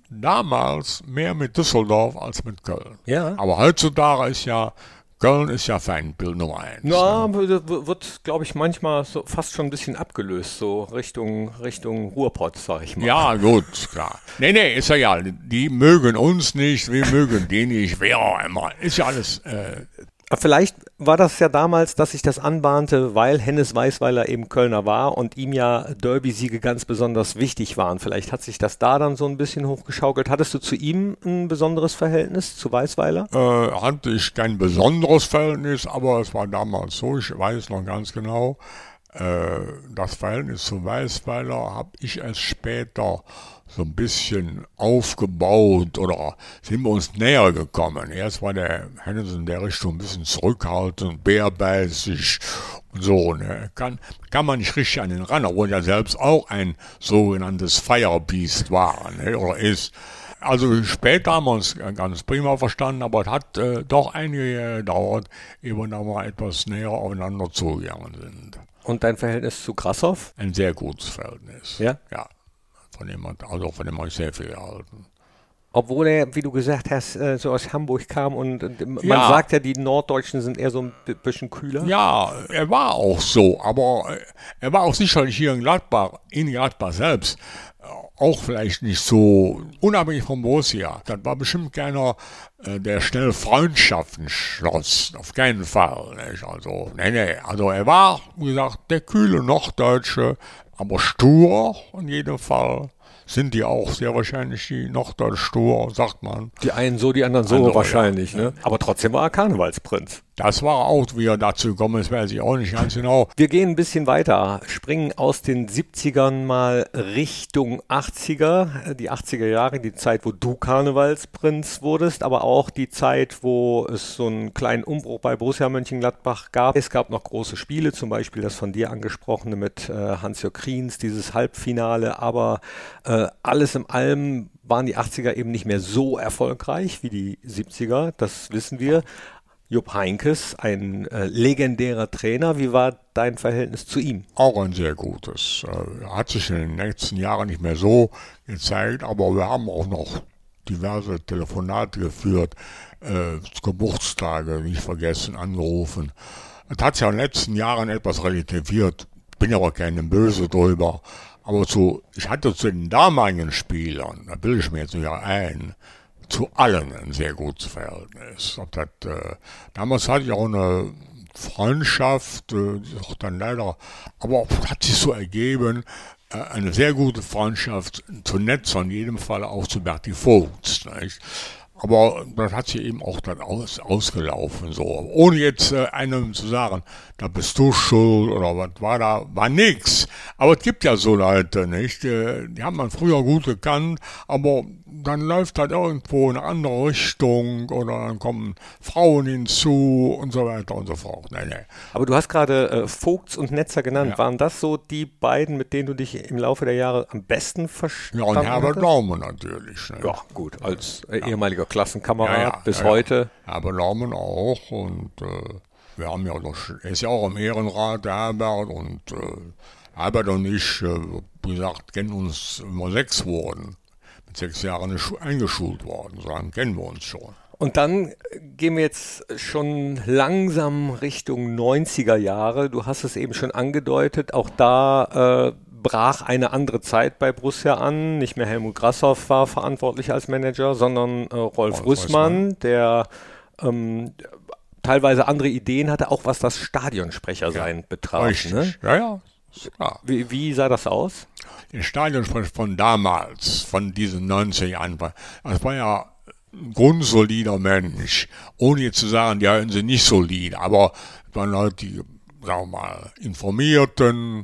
damals mehr mit Düsseldorf als mit Köln. Ja. Aber heutzutage ist ja, Köln ist ja Feindbild Nummer eins. Na, ne? wird, glaube ich, manchmal so fast schon ein bisschen abgelöst, so Richtung, Richtung Ruhrpott, sag ich mal. Ja, gut, klar. Nee, nee, ist ja ja, die mögen uns nicht, wir mögen die nicht, wer auch immer. Ist ja alles... Äh, Vielleicht war das ja damals, dass sich das anbahnte, weil Hennes Weisweiler eben Kölner war und ihm ja Derby-Siege ganz besonders wichtig waren. Vielleicht hat sich das da dann so ein bisschen hochgeschaukelt. Hattest du zu ihm ein besonderes Verhältnis, zu Weisweiler? äh, hatte ich kein besonderes Verhältnis, aber es war damals so, ich weiß noch ganz genau, äh, das Verhältnis zu Weisweiler habe ich erst später so ein bisschen aufgebaut oder sind wir uns näher gekommen. Erst war der Hennes in der Richtung ein bisschen zurückhaltend, bärbeißig und so. Ne? Kann, kann man nicht richtig an den ran, obwohl er selbst auch ein sogenanntes Firebeast war, ne? Oder ist. Also später haben wir uns ganz prima verstanden, aber es hat äh, doch einige Jahre gedauert, ehe wir da mal etwas näher aufeinander zugegangen sind. Und dein Verhältnis zu Krassoff? Ein sehr gutes Verhältnis. Ja? Ja. Von dem, also von dem habe ich sehr viel gehalten. Obwohl er, wie du gesagt hast, so aus Hamburg kam und man Ja. sagt ja, die Norddeutschen sind eher so ein bisschen kühler. Ja, er war auch so, aber er war auch sicherlich hier in Gladbach, in Gladbach selbst, auch vielleicht nicht so unabhängig vom Borussia. Das war bestimmt keiner, der schnell Freundschaften schloss. Auf keinen Fall. Nicht? Also, nee, nee. Also er war, wie gesagt, der kühle Norddeutsche, aber stur in jedem Fall. Sind die auch sehr wahrscheinlich die Norddeutsch stur, sagt man. Die einen so, die anderen so Andere, wahrscheinlich. ja. Ne? Aber trotzdem war er Karnevalsprinz. Das war auch, wie er dazu gekommen ist, weiß ich auch nicht ganz genau. Wir gehen ein bisschen weiter, springen aus den siebzigern mal Richtung achtziger, die achtziger Jahre, die Zeit, wo du Karnevalsprinz wurdest, aber auch die Zeit, wo es so einen kleinen Umbruch bei Borussia Mönchengladbach gab. Es gab noch große Spiele, zum Beispiel das von dir angesprochene mit äh, Hans-Jörg Kriens, dieses Halbfinale, aber äh, alles in allem waren die achtziger eben nicht mehr so erfolgreich wie die siebziger, das wissen wir. Jupp Heynckes, ein äh, legendärer Trainer. Wie war dein Verhältnis zu ihm? Auch ein sehr gutes. Äh, hat sich in den letzten Jahren nicht mehr so gezeigt, aber wir haben auch noch diverse Telefonate geführt, äh, Geburtstage nicht vergessen, angerufen. Es hat sich ja in den letzten Jahren etwas relativiert. Bin aber keinem böse drüber. Aber zu, ich hatte zu den damaligen Spielern, da bilde ich mir jetzt nicht ein, zu allen ein sehr gutes Verhältnis. Ob das, äh, damals hatte ich auch eine Freundschaft, äh, die ist auch dann leider, aber es hat sich so ergeben, äh, eine sehr gute Freundschaft zu Netzer, in jedem Fall auch zu Berti Vogts, nicht? Aber das hat sich eben auch dann aus, ausgelaufen, so. Ohne jetzt äh, einem zu sagen, da bist du schuld oder was war da, war nix. Aber es gibt ja so Leute, nicht? Die, die haben man früher gut gekannt, aber dann läuft halt irgendwo in eine andere Richtung oder dann kommen Frauen hinzu und so weiter und so fort. Nee, nee. Aber du hast gerade äh, Vogts und Netzer genannt. Ja. Waren das so die beiden, mit denen du dich im Laufe der Jahre am besten verstanden Ja, und Herbert hattest? Laumann natürlich. Ne? Ja, gut, als äh, ehemaliger Klassenkamerad Ja, ja, bis ja, heute. Ja. Herbert Laumann auch und äh, wir haben ja noch, er ist ja auch im Ehrenrat, der Herbert, und äh, Herbert und ich, äh, wie gesagt, kennen uns, wenn wir sechs wurden, mit sechs Jahren eingeschult worden, so lange kennen wir uns schon. Und dann gehen wir jetzt schon langsam Richtung neunziger Jahre. Du hast es eben schon angedeutet, auch da äh, brach eine andere Zeit bei Borussia an. Nicht mehr Helmut Grassoff war verantwortlich als Manager, sondern äh, Rolf Rolf Rüssmann, Rüssmann. der ähm, teilweise andere Ideen hatte, auch was das Stadionsprechersein Ja, betraf. Richtig, Ne? ja, ja. Ist klar. Wie, wie sah das aus? Der Stadionsprecher von damals, von diesen neunziger Jahren, das war ja ein grundsolider Mensch. Ohne jetzt zu sagen, die halten sie nicht solid, aber es waren Leute, die, sagen wir mal, informierten,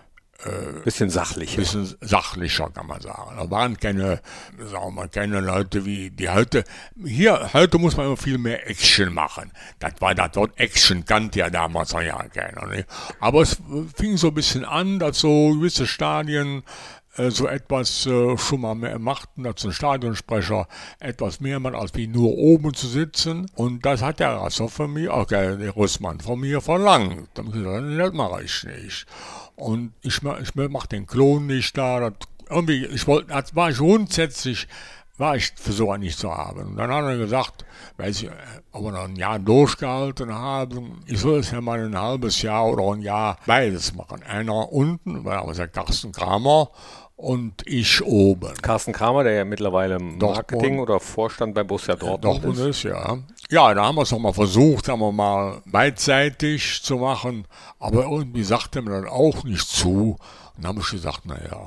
Bisschen sachlicher. bisschen sachlicher, kann man sagen. Da waren keine, sagen wir mal, keine Leute wie die heute. Hier, heute muss man immer viel mehr Action machen. Das war das Wort Action, kannte ja damals noch ja keiner. Ne? Aber es fing so ein bisschen an, dass so gewisse Stadien äh, so etwas äh, schon mal mehr machten, als ein Stadionsprecher etwas mehr macht, als wie nur oben zu sitzen. Und das hat der Rasser von mir, okay, der Russmann von mir verlangt. Dann habe ich gesagt, das mache ich nicht. Und ich, ich mache den Klon nicht da. Das, irgendwie, ich wollte, das war grundsätzlich, war ich für so nicht zu haben. Und dann hat er gesagt, weiß ich, ob wir noch ein Jahr durchgehalten haben, ich soll es ja mal ein halbes Jahr oder ein Jahr beides machen. Einer unten, weil er sagt Carsten Kramer, und ich oben. Carsten Kramer, der ja mittlerweile im Marketing oder Vorstand bei Borussia Dortmund, Dortmund ist. ist. Ja, ja, da haben wir es noch mal versucht, haben wir mal beidseitig zu machen, aber irgendwie sagte mir dann auch nicht zu. Und dann habe ich gesagt, naja,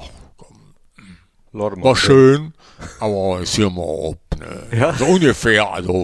war schön, aber ist hier mal ab. Ne? Ja. So ungefähr, also.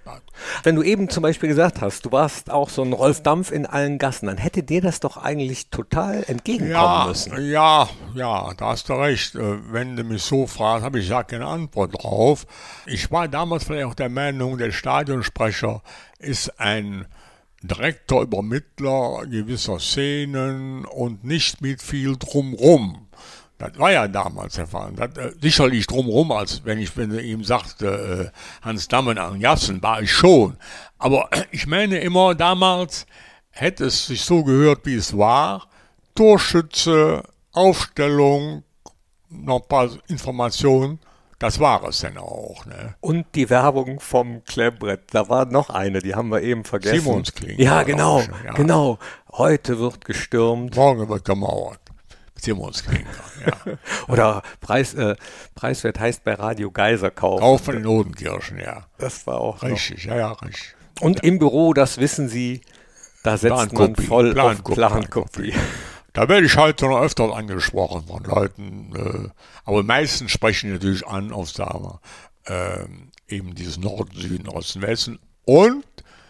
Wenn du eben zum Beispiel gesagt hast, du warst auch so ein Rolf Dampf in allen Gassen, dann hätte dir das doch eigentlich total entgegenkommen ja, müssen. Ja, ja, da hast du recht. Wenn du mich so fragst, habe ich ja keine Antwort drauf. Ich war damals vielleicht auch der Meinung, der Stadionsprecher ist ein direkter Übermittler gewisser Szenen und nicht mit viel drumrum. Das war ja damals der Fall. Das, äh, sicherlich drumherum, als wenn ich, wenn du ihm sagte, äh, Hans Dammen an Jassen, war ich schon. Aber äh, ich meine immer, damals hätte es sich so gehört, wie es war. Torschütze, Aufstellung, noch ein paar Informationen, das war es dann auch. Ne? Und die Werbung vom Klemmbrett, da war noch eine, die haben wir eben vergessen. Simonskling. Ja, genau, schon, ja. genau. Heute wird gestürmt. Morgen wird gemauert. Simonskling, ja. Oder Preis, äh, preiswert heißt bei Radio Geiser kaufen. Kaufen in Odenkirchen, ja. Das war auch richtig, noch. ja, ja, richtig. Und im Büro, das wissen Sie, da setzt man voll auf Plankopie. Da werde ich heute noch öfter angesprochen von Leuten, äh, aber meistens sprechen die natürlich an auf, sagen wir, äh, eben dieses Norden, Süden, Osten, Westen. Und,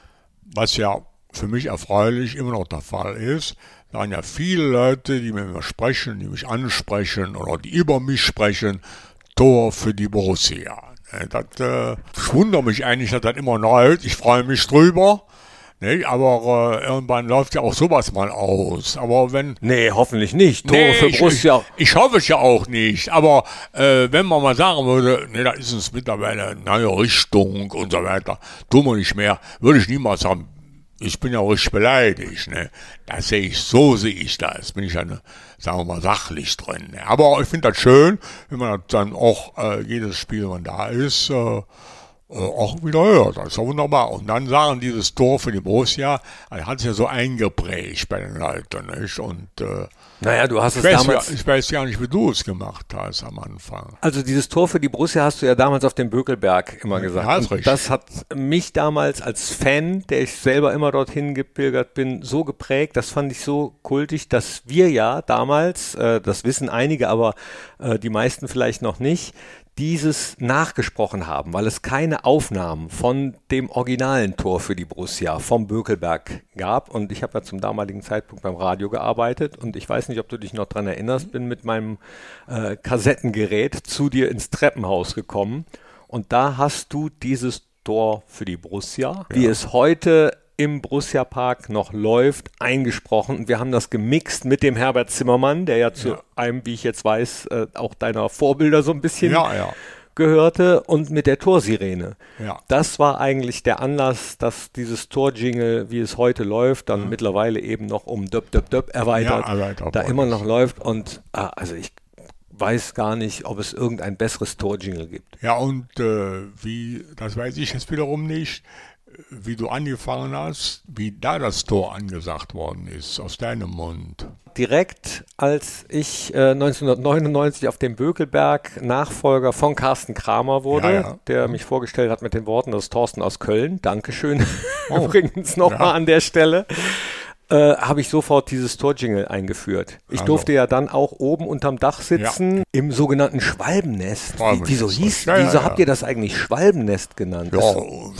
was ja für mich erfreulich immer noch der Fall ist, da waren ja viele Leute, die mit mir sprechen, die mich ansprechen oder die über mich sprechen, Tor für die Borussia. Das, äh, ich wundere mich eigentlich, dass das immer noch hält. Ich freue mich drüber. Ne, aber äh, irgendwann läuft ja auch sowas mal aus. Aber wenn. Nee, hoffentlich nicht. Tor nee, für Borussia. Ich, ich hoffe es ja auch nicht. Aber äh, wenn man mal sagen würde, ne, da ist es mittlerweile eine neue Richtung und so weiter, tun wir nicht mehr, würde ich niemals sagen. Ich bin ja richtig beleidigt, ne? Das sehe ich, so sehe ich das. Bin ich ja, ne, sagen wir mal, sachlich drin. Ne? Aber ich finde das schön, wenn man dann auch äh, jedes Spiel, wenn man da ist, äh, äh, auch wieder hört. Das ist ja wunderbar. Und dann sagen dieses Tor für die Borussia, also hat sich ja so eingeprägt bei den Leuten, nicht? Und äh, naja, du hast es weiß, damals... Ich weiß gar nicht, wie du es gemacht hast am Anfang. Also dieses Tor für die Borussia hast du ja damals auf dem Bökelberg immer gesagt. Ja, das, und das hat mich damals als Fan, der ich selber immer dorthin gepilgert bin, so geprägt. Das fand ich so kultig, dass wir ja damals, äh, das wissen einige, aber äh, die meisten vielleicht noch nicht, dieses nachgesprochen haben, weil es keine Aufnahmen von dem originalen Tor für die Borussia vom Bökelberg gab. Und ich habe ja zum damaligen Zeitpunkt beim Radio gearbeitet und ich weiß nicht, ob du dich noch dran erinnerst, bin mit meinem äh, Kassettengerät zu dir ins Treppenhaus gekommen und da hast du dieses Tor für die Borussia, ja, wie es heute im Borussia Park noch läuft, eingesprochen. Und wir haben das gemixt mit dem Herbert Zimmermann, der ja zu ja. einem, wie ich jetzt weiß, äh, auch deiner Vorbilder so ein bisschen ja, ja. gehörte und mit der Torsirene. Ja. Das war eigentlich der Anlass, dass dieses Torjingle, wie es heute läuft, dann ja. mittlerweile eben noch um Döp Döp Döp erweitert, ja, erweitert da immer noch läuft. Und ah, also ich weiß gar nicht, ob es irgendein besseres Torjingle gibt. Ja, und äh, wie, das weiß ich jetzt wiederum nicht, wie du angefangen hast, wie da das Tor angesagt worden ist, aus deinem Mund. Direkt, als ich äh, neunzehnhundertneunundneunzig auf dem Bökelberg Nachfolger von Carsten Kramer wurde, ja, ja. der mich vorgestellt hat mit den Worten, das ist Thorsten aus Köln, Dankeschön, oh. übrigens nochmal ja. an der Stelle, äh, habe ich sofort dieses Torjingle eingeführt. Ich also. durfte ja dann auch oben unterm Dach sitzen, ja. im sogenannten Schwalbennest. Wie, wieso hieß, ja, wieso ja, habt ja. ihr das eigentlich Schwalbennest genannt? Ja,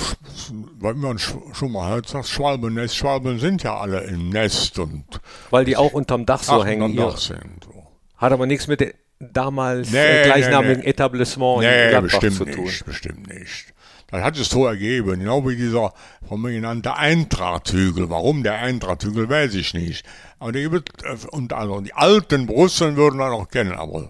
weil man schon mal hört, sagt Schwalbennest, Schwalben sind ja alle im Nest. Und weil die auch unterm Dach so ach, hängen. Dach sind, so. Hat aber nichts mit dem damals nee, äh, gleichnamigen nee, nee. Etablissement nee, in Gladbach bestimmt zu tun. Nicht, bestimmt nicht. Das hat es so ergeben, genau wie dieser von mir genannte Eintracht-Hügel. Warum der Eintracht-Hügel, weiß ich nicht. Aber der gibt, und also die alten Brüsseln würden wir noch kennen, aber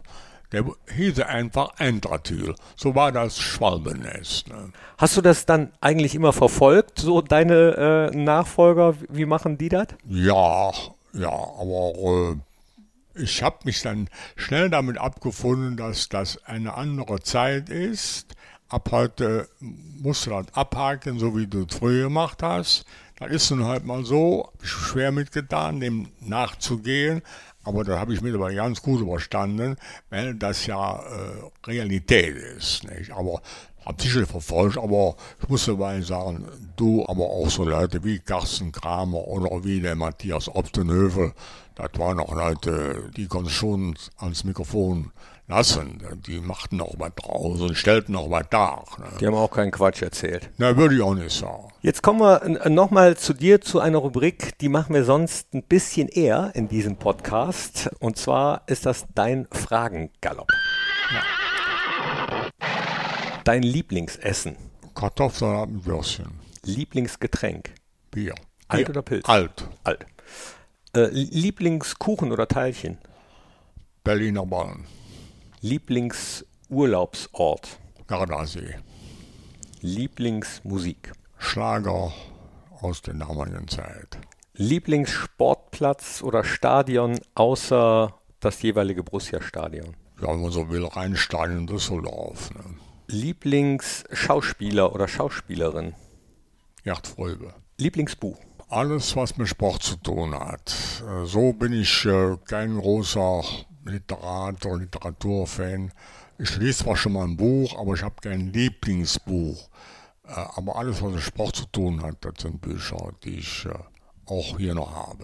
Der hieß einfach Eintratyl. So war das Schwalbennest. Ne? Hast du das dann eigentlich immer verfolgt, so deine äh, Nachfolger? Wie machen die das? Ja, ja, aber äh, ich habe mich dann schnell damit abgefunden, dass das eine andere Zeit ist. Ab heute musst du das abhaken, so wie du es früher gemacht hast. Das ist nun halt mal so, hab ich schwer mitgetan, dem nachzugehen. Aber da habe ich mittlerweile ganz gut überstanden, weil das ja äh, Realität ist. Nicht? Aber habe sicherlich verfolgt, aber ich muss dabei sagen, du, aber auch so Leute wie Carsten Kramer oder wie der Matthias Optenhövel, das waren auch Leute, die konnten schon ans Mikrofon lassen. Die machten auch was draus und stellten auch was dar. Ne? Die haben auch keinen Quatsch erzählt. Na, würde ich auch nicht sagen. Jetzt kommen wir nochmal zu dir, zu einer Rubrik, die machen wir sonst ein bisschen eher in diesem Podcast. Und zwar ist das dein Fragengalopp. Ja. Dein Lieblingsessen? Kartoffelsalat mit Würstchen. Lieblingsgetränk? Bier. Alt Bier. oder Pilz? Alt. Alt. Äh, Lieblingskuchen oder Teilchen? Berliner Ballen. Lieblingsurlaubsort? Gardasee. Lieblingsmusik? Schlager aus der damaligen Zeit. Lieblingssportplatz oder Stadion außer das jeweilige Borussia-Stadion? Ja, wenn man so will, Rheinstadion in Düsseldorf. Ne? Lieblingsschauspieler oder Schauspielerin? Gerd Fröbe. Lieblingsbuch? Alles, was mit Sport zu tun hat. So bin ich äh, kein großer Literat oder Literaturfan. Ich lese zwar schon mal ein Buch, aber ich habe kein Lieblingsbuch. Äh, aber alles, was mit Sport zu tun hat, das sind Bücher, die ich äh, auch hier noch habe.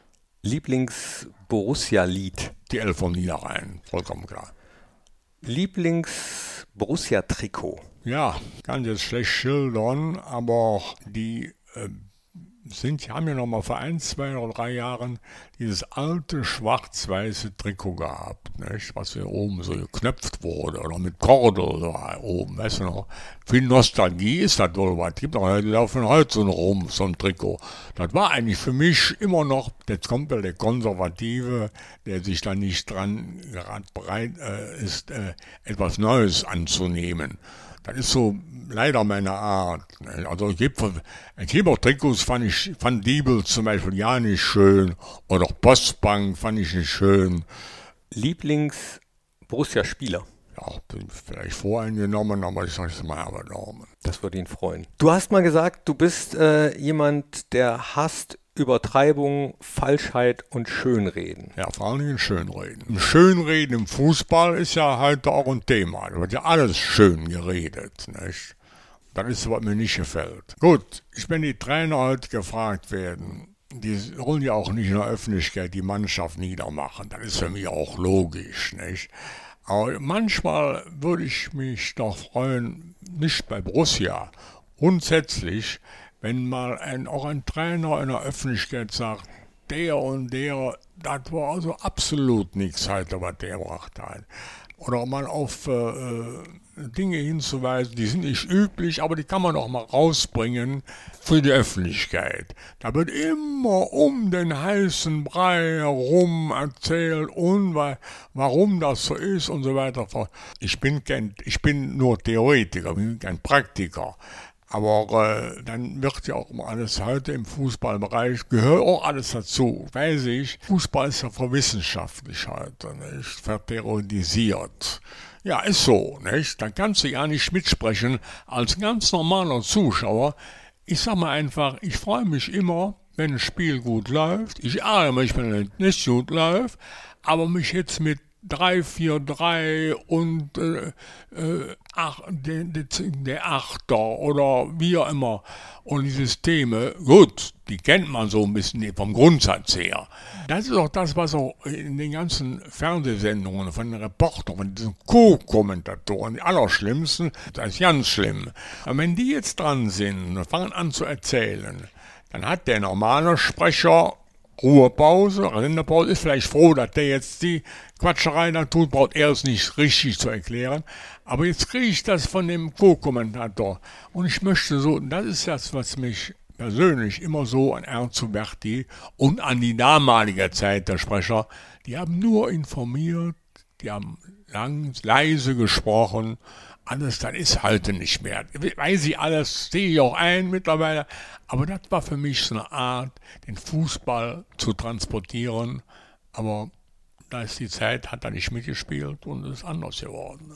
Lieblings-Borussia-Lied? Die Elf vom Niederrhein, vollkommen klar. Lieblings-Borussia-Trikot? Ja, kann jetzt schlecht schildern, aber die äh, sind, haben ja noch mal vor ein, zwei oder drei Jahren dieses alte schwarz-weiße Trikot gehabt, nicht? Was hier oben so geknöpft wurde oder mit Kordel da oben, weißt du noch? Viel Nostalgie ist das wohl was. Es gibt auch Leute, die laufen heute so noch rum, so ein Trikot. Das war eigentlich für mich immer noch, jetzt kommt ja der Konservative, der sich da nicht dran gerade bereit äh, ist, äh, etwas Neues anzunehmen. Das ist so leider meine Art. Also ich gebe auch Trikots, fand ich, fand Diebel zum Beispiel ja nicht schön. Oder auch Postbank fand ich nicht schön. Lieblings-Borussia-Spieler? Ja, bin vielleicht voreingenommen, aber ich sage es mal aber Daumen. Das würde ihn freuen. Du hast mal gesagt, du bist äh, jemand, der hasst Übertreibung, Falschheit und Schönreden. Ja, vor allen Dingen Schönreden. Schönreden im Fußball ist ja heute auch ein Thema. Da wird ja alles schön geredet, nicht? Das ist, was mir nicht gefällt. Gut, wenn die Trainer heute gefragt werden, die wollen ja auch nicht in der Öffentlichkeit die Mannschaft niedermachen. Das ist für mich auch logisch, nicht? Aber manchmal würde ich mich doch freuen, nicht bei Borussia, grundsätzlich, wenn mal ein, auch ein Trainer in der Öffentlichkeit sagt, der und der, das war also absolut nichts heute, was der gebracht hat. Oder mal auf äh, Dinge hinzuweisen, die sind nicht üblich, aber die kann man auch mal rausbringen für die Öffentlichkeit. Da wird immer um den heißen Brei herum erzählt und warum das so ist und so weiter. Ich bin kein, ich bin nur Theoretiker, ich bin kein Praktiker. Aber äh, dann wird ja auch immer alles heute im Fußballbereich, gehört auch alles dazu. Weiß ich, Fußball ist ja verwissenschaftlich heute, nicht? Verperiodisiert. Ja, ist so, nicht? Dann kannst du ja nicht mitsprechen als ganz normaler Zuschauer. Ich sag mal einfach, ich freue mich immer, wenn ein Spiel gut läuft. Ich ärgere mich, wenn es nicht gut läuft. Aber mich jetzt mit drei vier drei und äh, äh, ach, der, der, der Achter oder wie auch immer und die Systeme, gut, die kennt man so ein bisschen vom Grundsatz her. Das ist auch das, was auch in den ganzen Fernsehsendungen von den Reportern, von diesen Co-Kommentatoren, die allerschlimmsten, das ist ganz schlimm. Und wenn die jetzt dran sind und fangen an zu erzählen, dann hat der normale Sprecher Ruhepause, Rinderpause, ist vielleicht froh, dass der jetzt die Quatscherei da tut, braucht er es nicht richtig zu erklären. Aber jetzt kriege ich das von dem Co-Kommentator. Und ich möchte so, das ist das, was mich persönlich immer so an Ernst Berti und an die damalige Zeit der Sprecher, die haben nur informiert, die haben lang, leise gesprochen. Alles, das ist heute nicht mehr. Weiß ich alles, sehe ich auch ein mittlerweile. Aber das war für mich so eine Art, den Fußball zu transportieren. Aber da ist die Zeit, hat er nicht mitgespielt und ist anders geworden.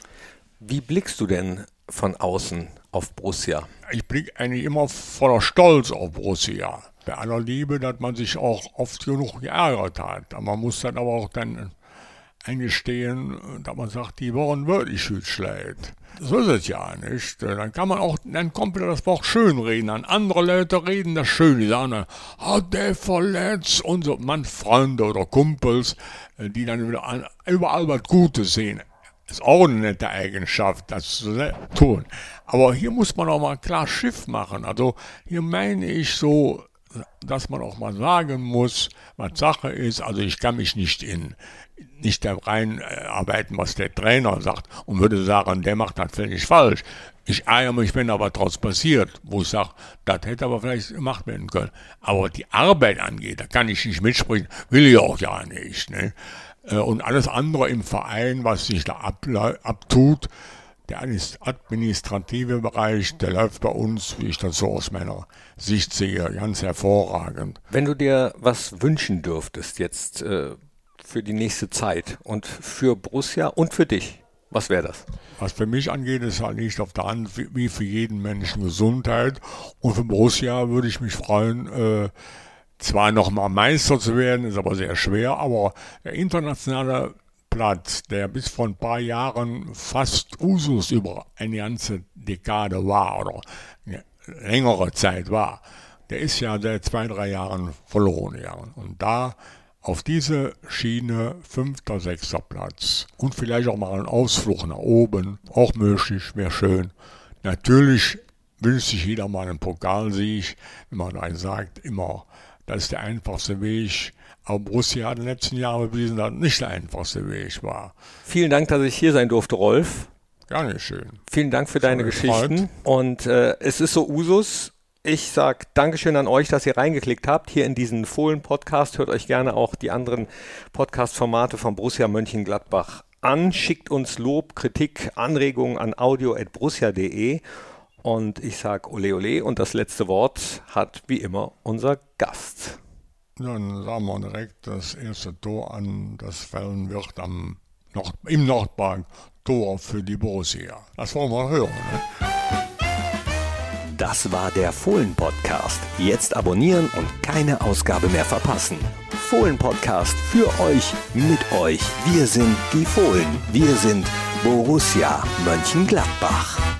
Wie blickst du denn von außen auf Borussia? Ich blicke eigentlich immer voller Stolz auf Borussia. Bei aller Liebe, dass man sich auch oft genug geärgert hat. Man muss dann aber auch dann eingestehen, dass man sagt, die waren wirklich gut schlecht. So ist es ja nicht. Dann kann man auch, dann kommt wieder das Wort schönreden. An andere Leute reden das schön. Die sagen dann, hat der verletzt und so. Man, Freunde oder Kumpels, die dann wieder an, überall was Gutes sehen. Das ist auch eine nette Eigenschaft, das zu tun. Aber hier muss man auch mal klar Schiff machen. Also hier meine ich so, dass man auch mal sagen muss, was Sache ist. Also ich kann mich nicht in nicht da reinarbeiten, was der Trainer sagt und würde sagen, der macht das völlig falsch. Ich ärgere mich, wenn aber trotz passiert, wo ich sage, das hätte aber vielleicht gemacht werden können. Aber die Arbeit angeht, da kann ich nicht mitsprechen, will ich auch ja nicht. Ne? Und alles andere im Verein, was sich da abtut, der administrative Bereich, der läuft bei uns, wie ich das so aus meiner Sicht sehe, ganz hervorragend. Wenn du dir was wünschen dürftest jetzt äh, für die nächste Zeit und für Borussia und für dich, was wäre das? Was für mich angeht, ist halt nicht auf der Hand wie für jeden Menschen Gesundheit. Und für Borussia würde ich mich freuen, äh, zwar nochmal Meister zu werden, ist aber sehr schwer, aber der internationale Platz, der bis vor ein paar Jahren fast Usus über eine ganze Dekade war oder eine längere Zeit war, der ist ja seit zwei, drei Jahren verloren gegangen. Und da auf diese Schiene fünfter, sechster Platz und vielleicht auch mal ein Ausflug nach oben, auch möglich, wäre schön. Natürlich wünscht sich jeder mal einen Pokalsieg, wenn man einen sagt, immer, das ist der einfachste Weg. Aber Borussia hat in den letzten Jahren bewiesen, dass das nicht der einfachste Weg war. Vielen Dank, dass ich hier sein durfte, Rolf. Gar nicht schön. Vielen Dank für deine Geschichten. Und äh, es ist so Usus. Ich sage Dankeschön an euch, dass ihr reingeklickt habt hier in diesen Fohlen-Podcast. Hört euch gerne auch die anderen Podcast-Formate von Borussia Mönchengladbach an. Schickt uns Lob, Kritik, Anregungen an audio at borussia punkt de. Und ich sage ole ole und das letzte Wort hat wie immer unser Gast. Dann sagen wir direkt das erste Tor an, das fällen wird am Nord- im Nordpark. Tor für die Borussia. Das wollen wir hören. Ne? Das war der Fohlen-Podcast. Jetzt abonnieren und keine Ausgabe mehr verpassen. Fohlen-Podcast für euch, mit euch. Wir sind die Fohlen. Wir sind Borussia Mönchengladbach.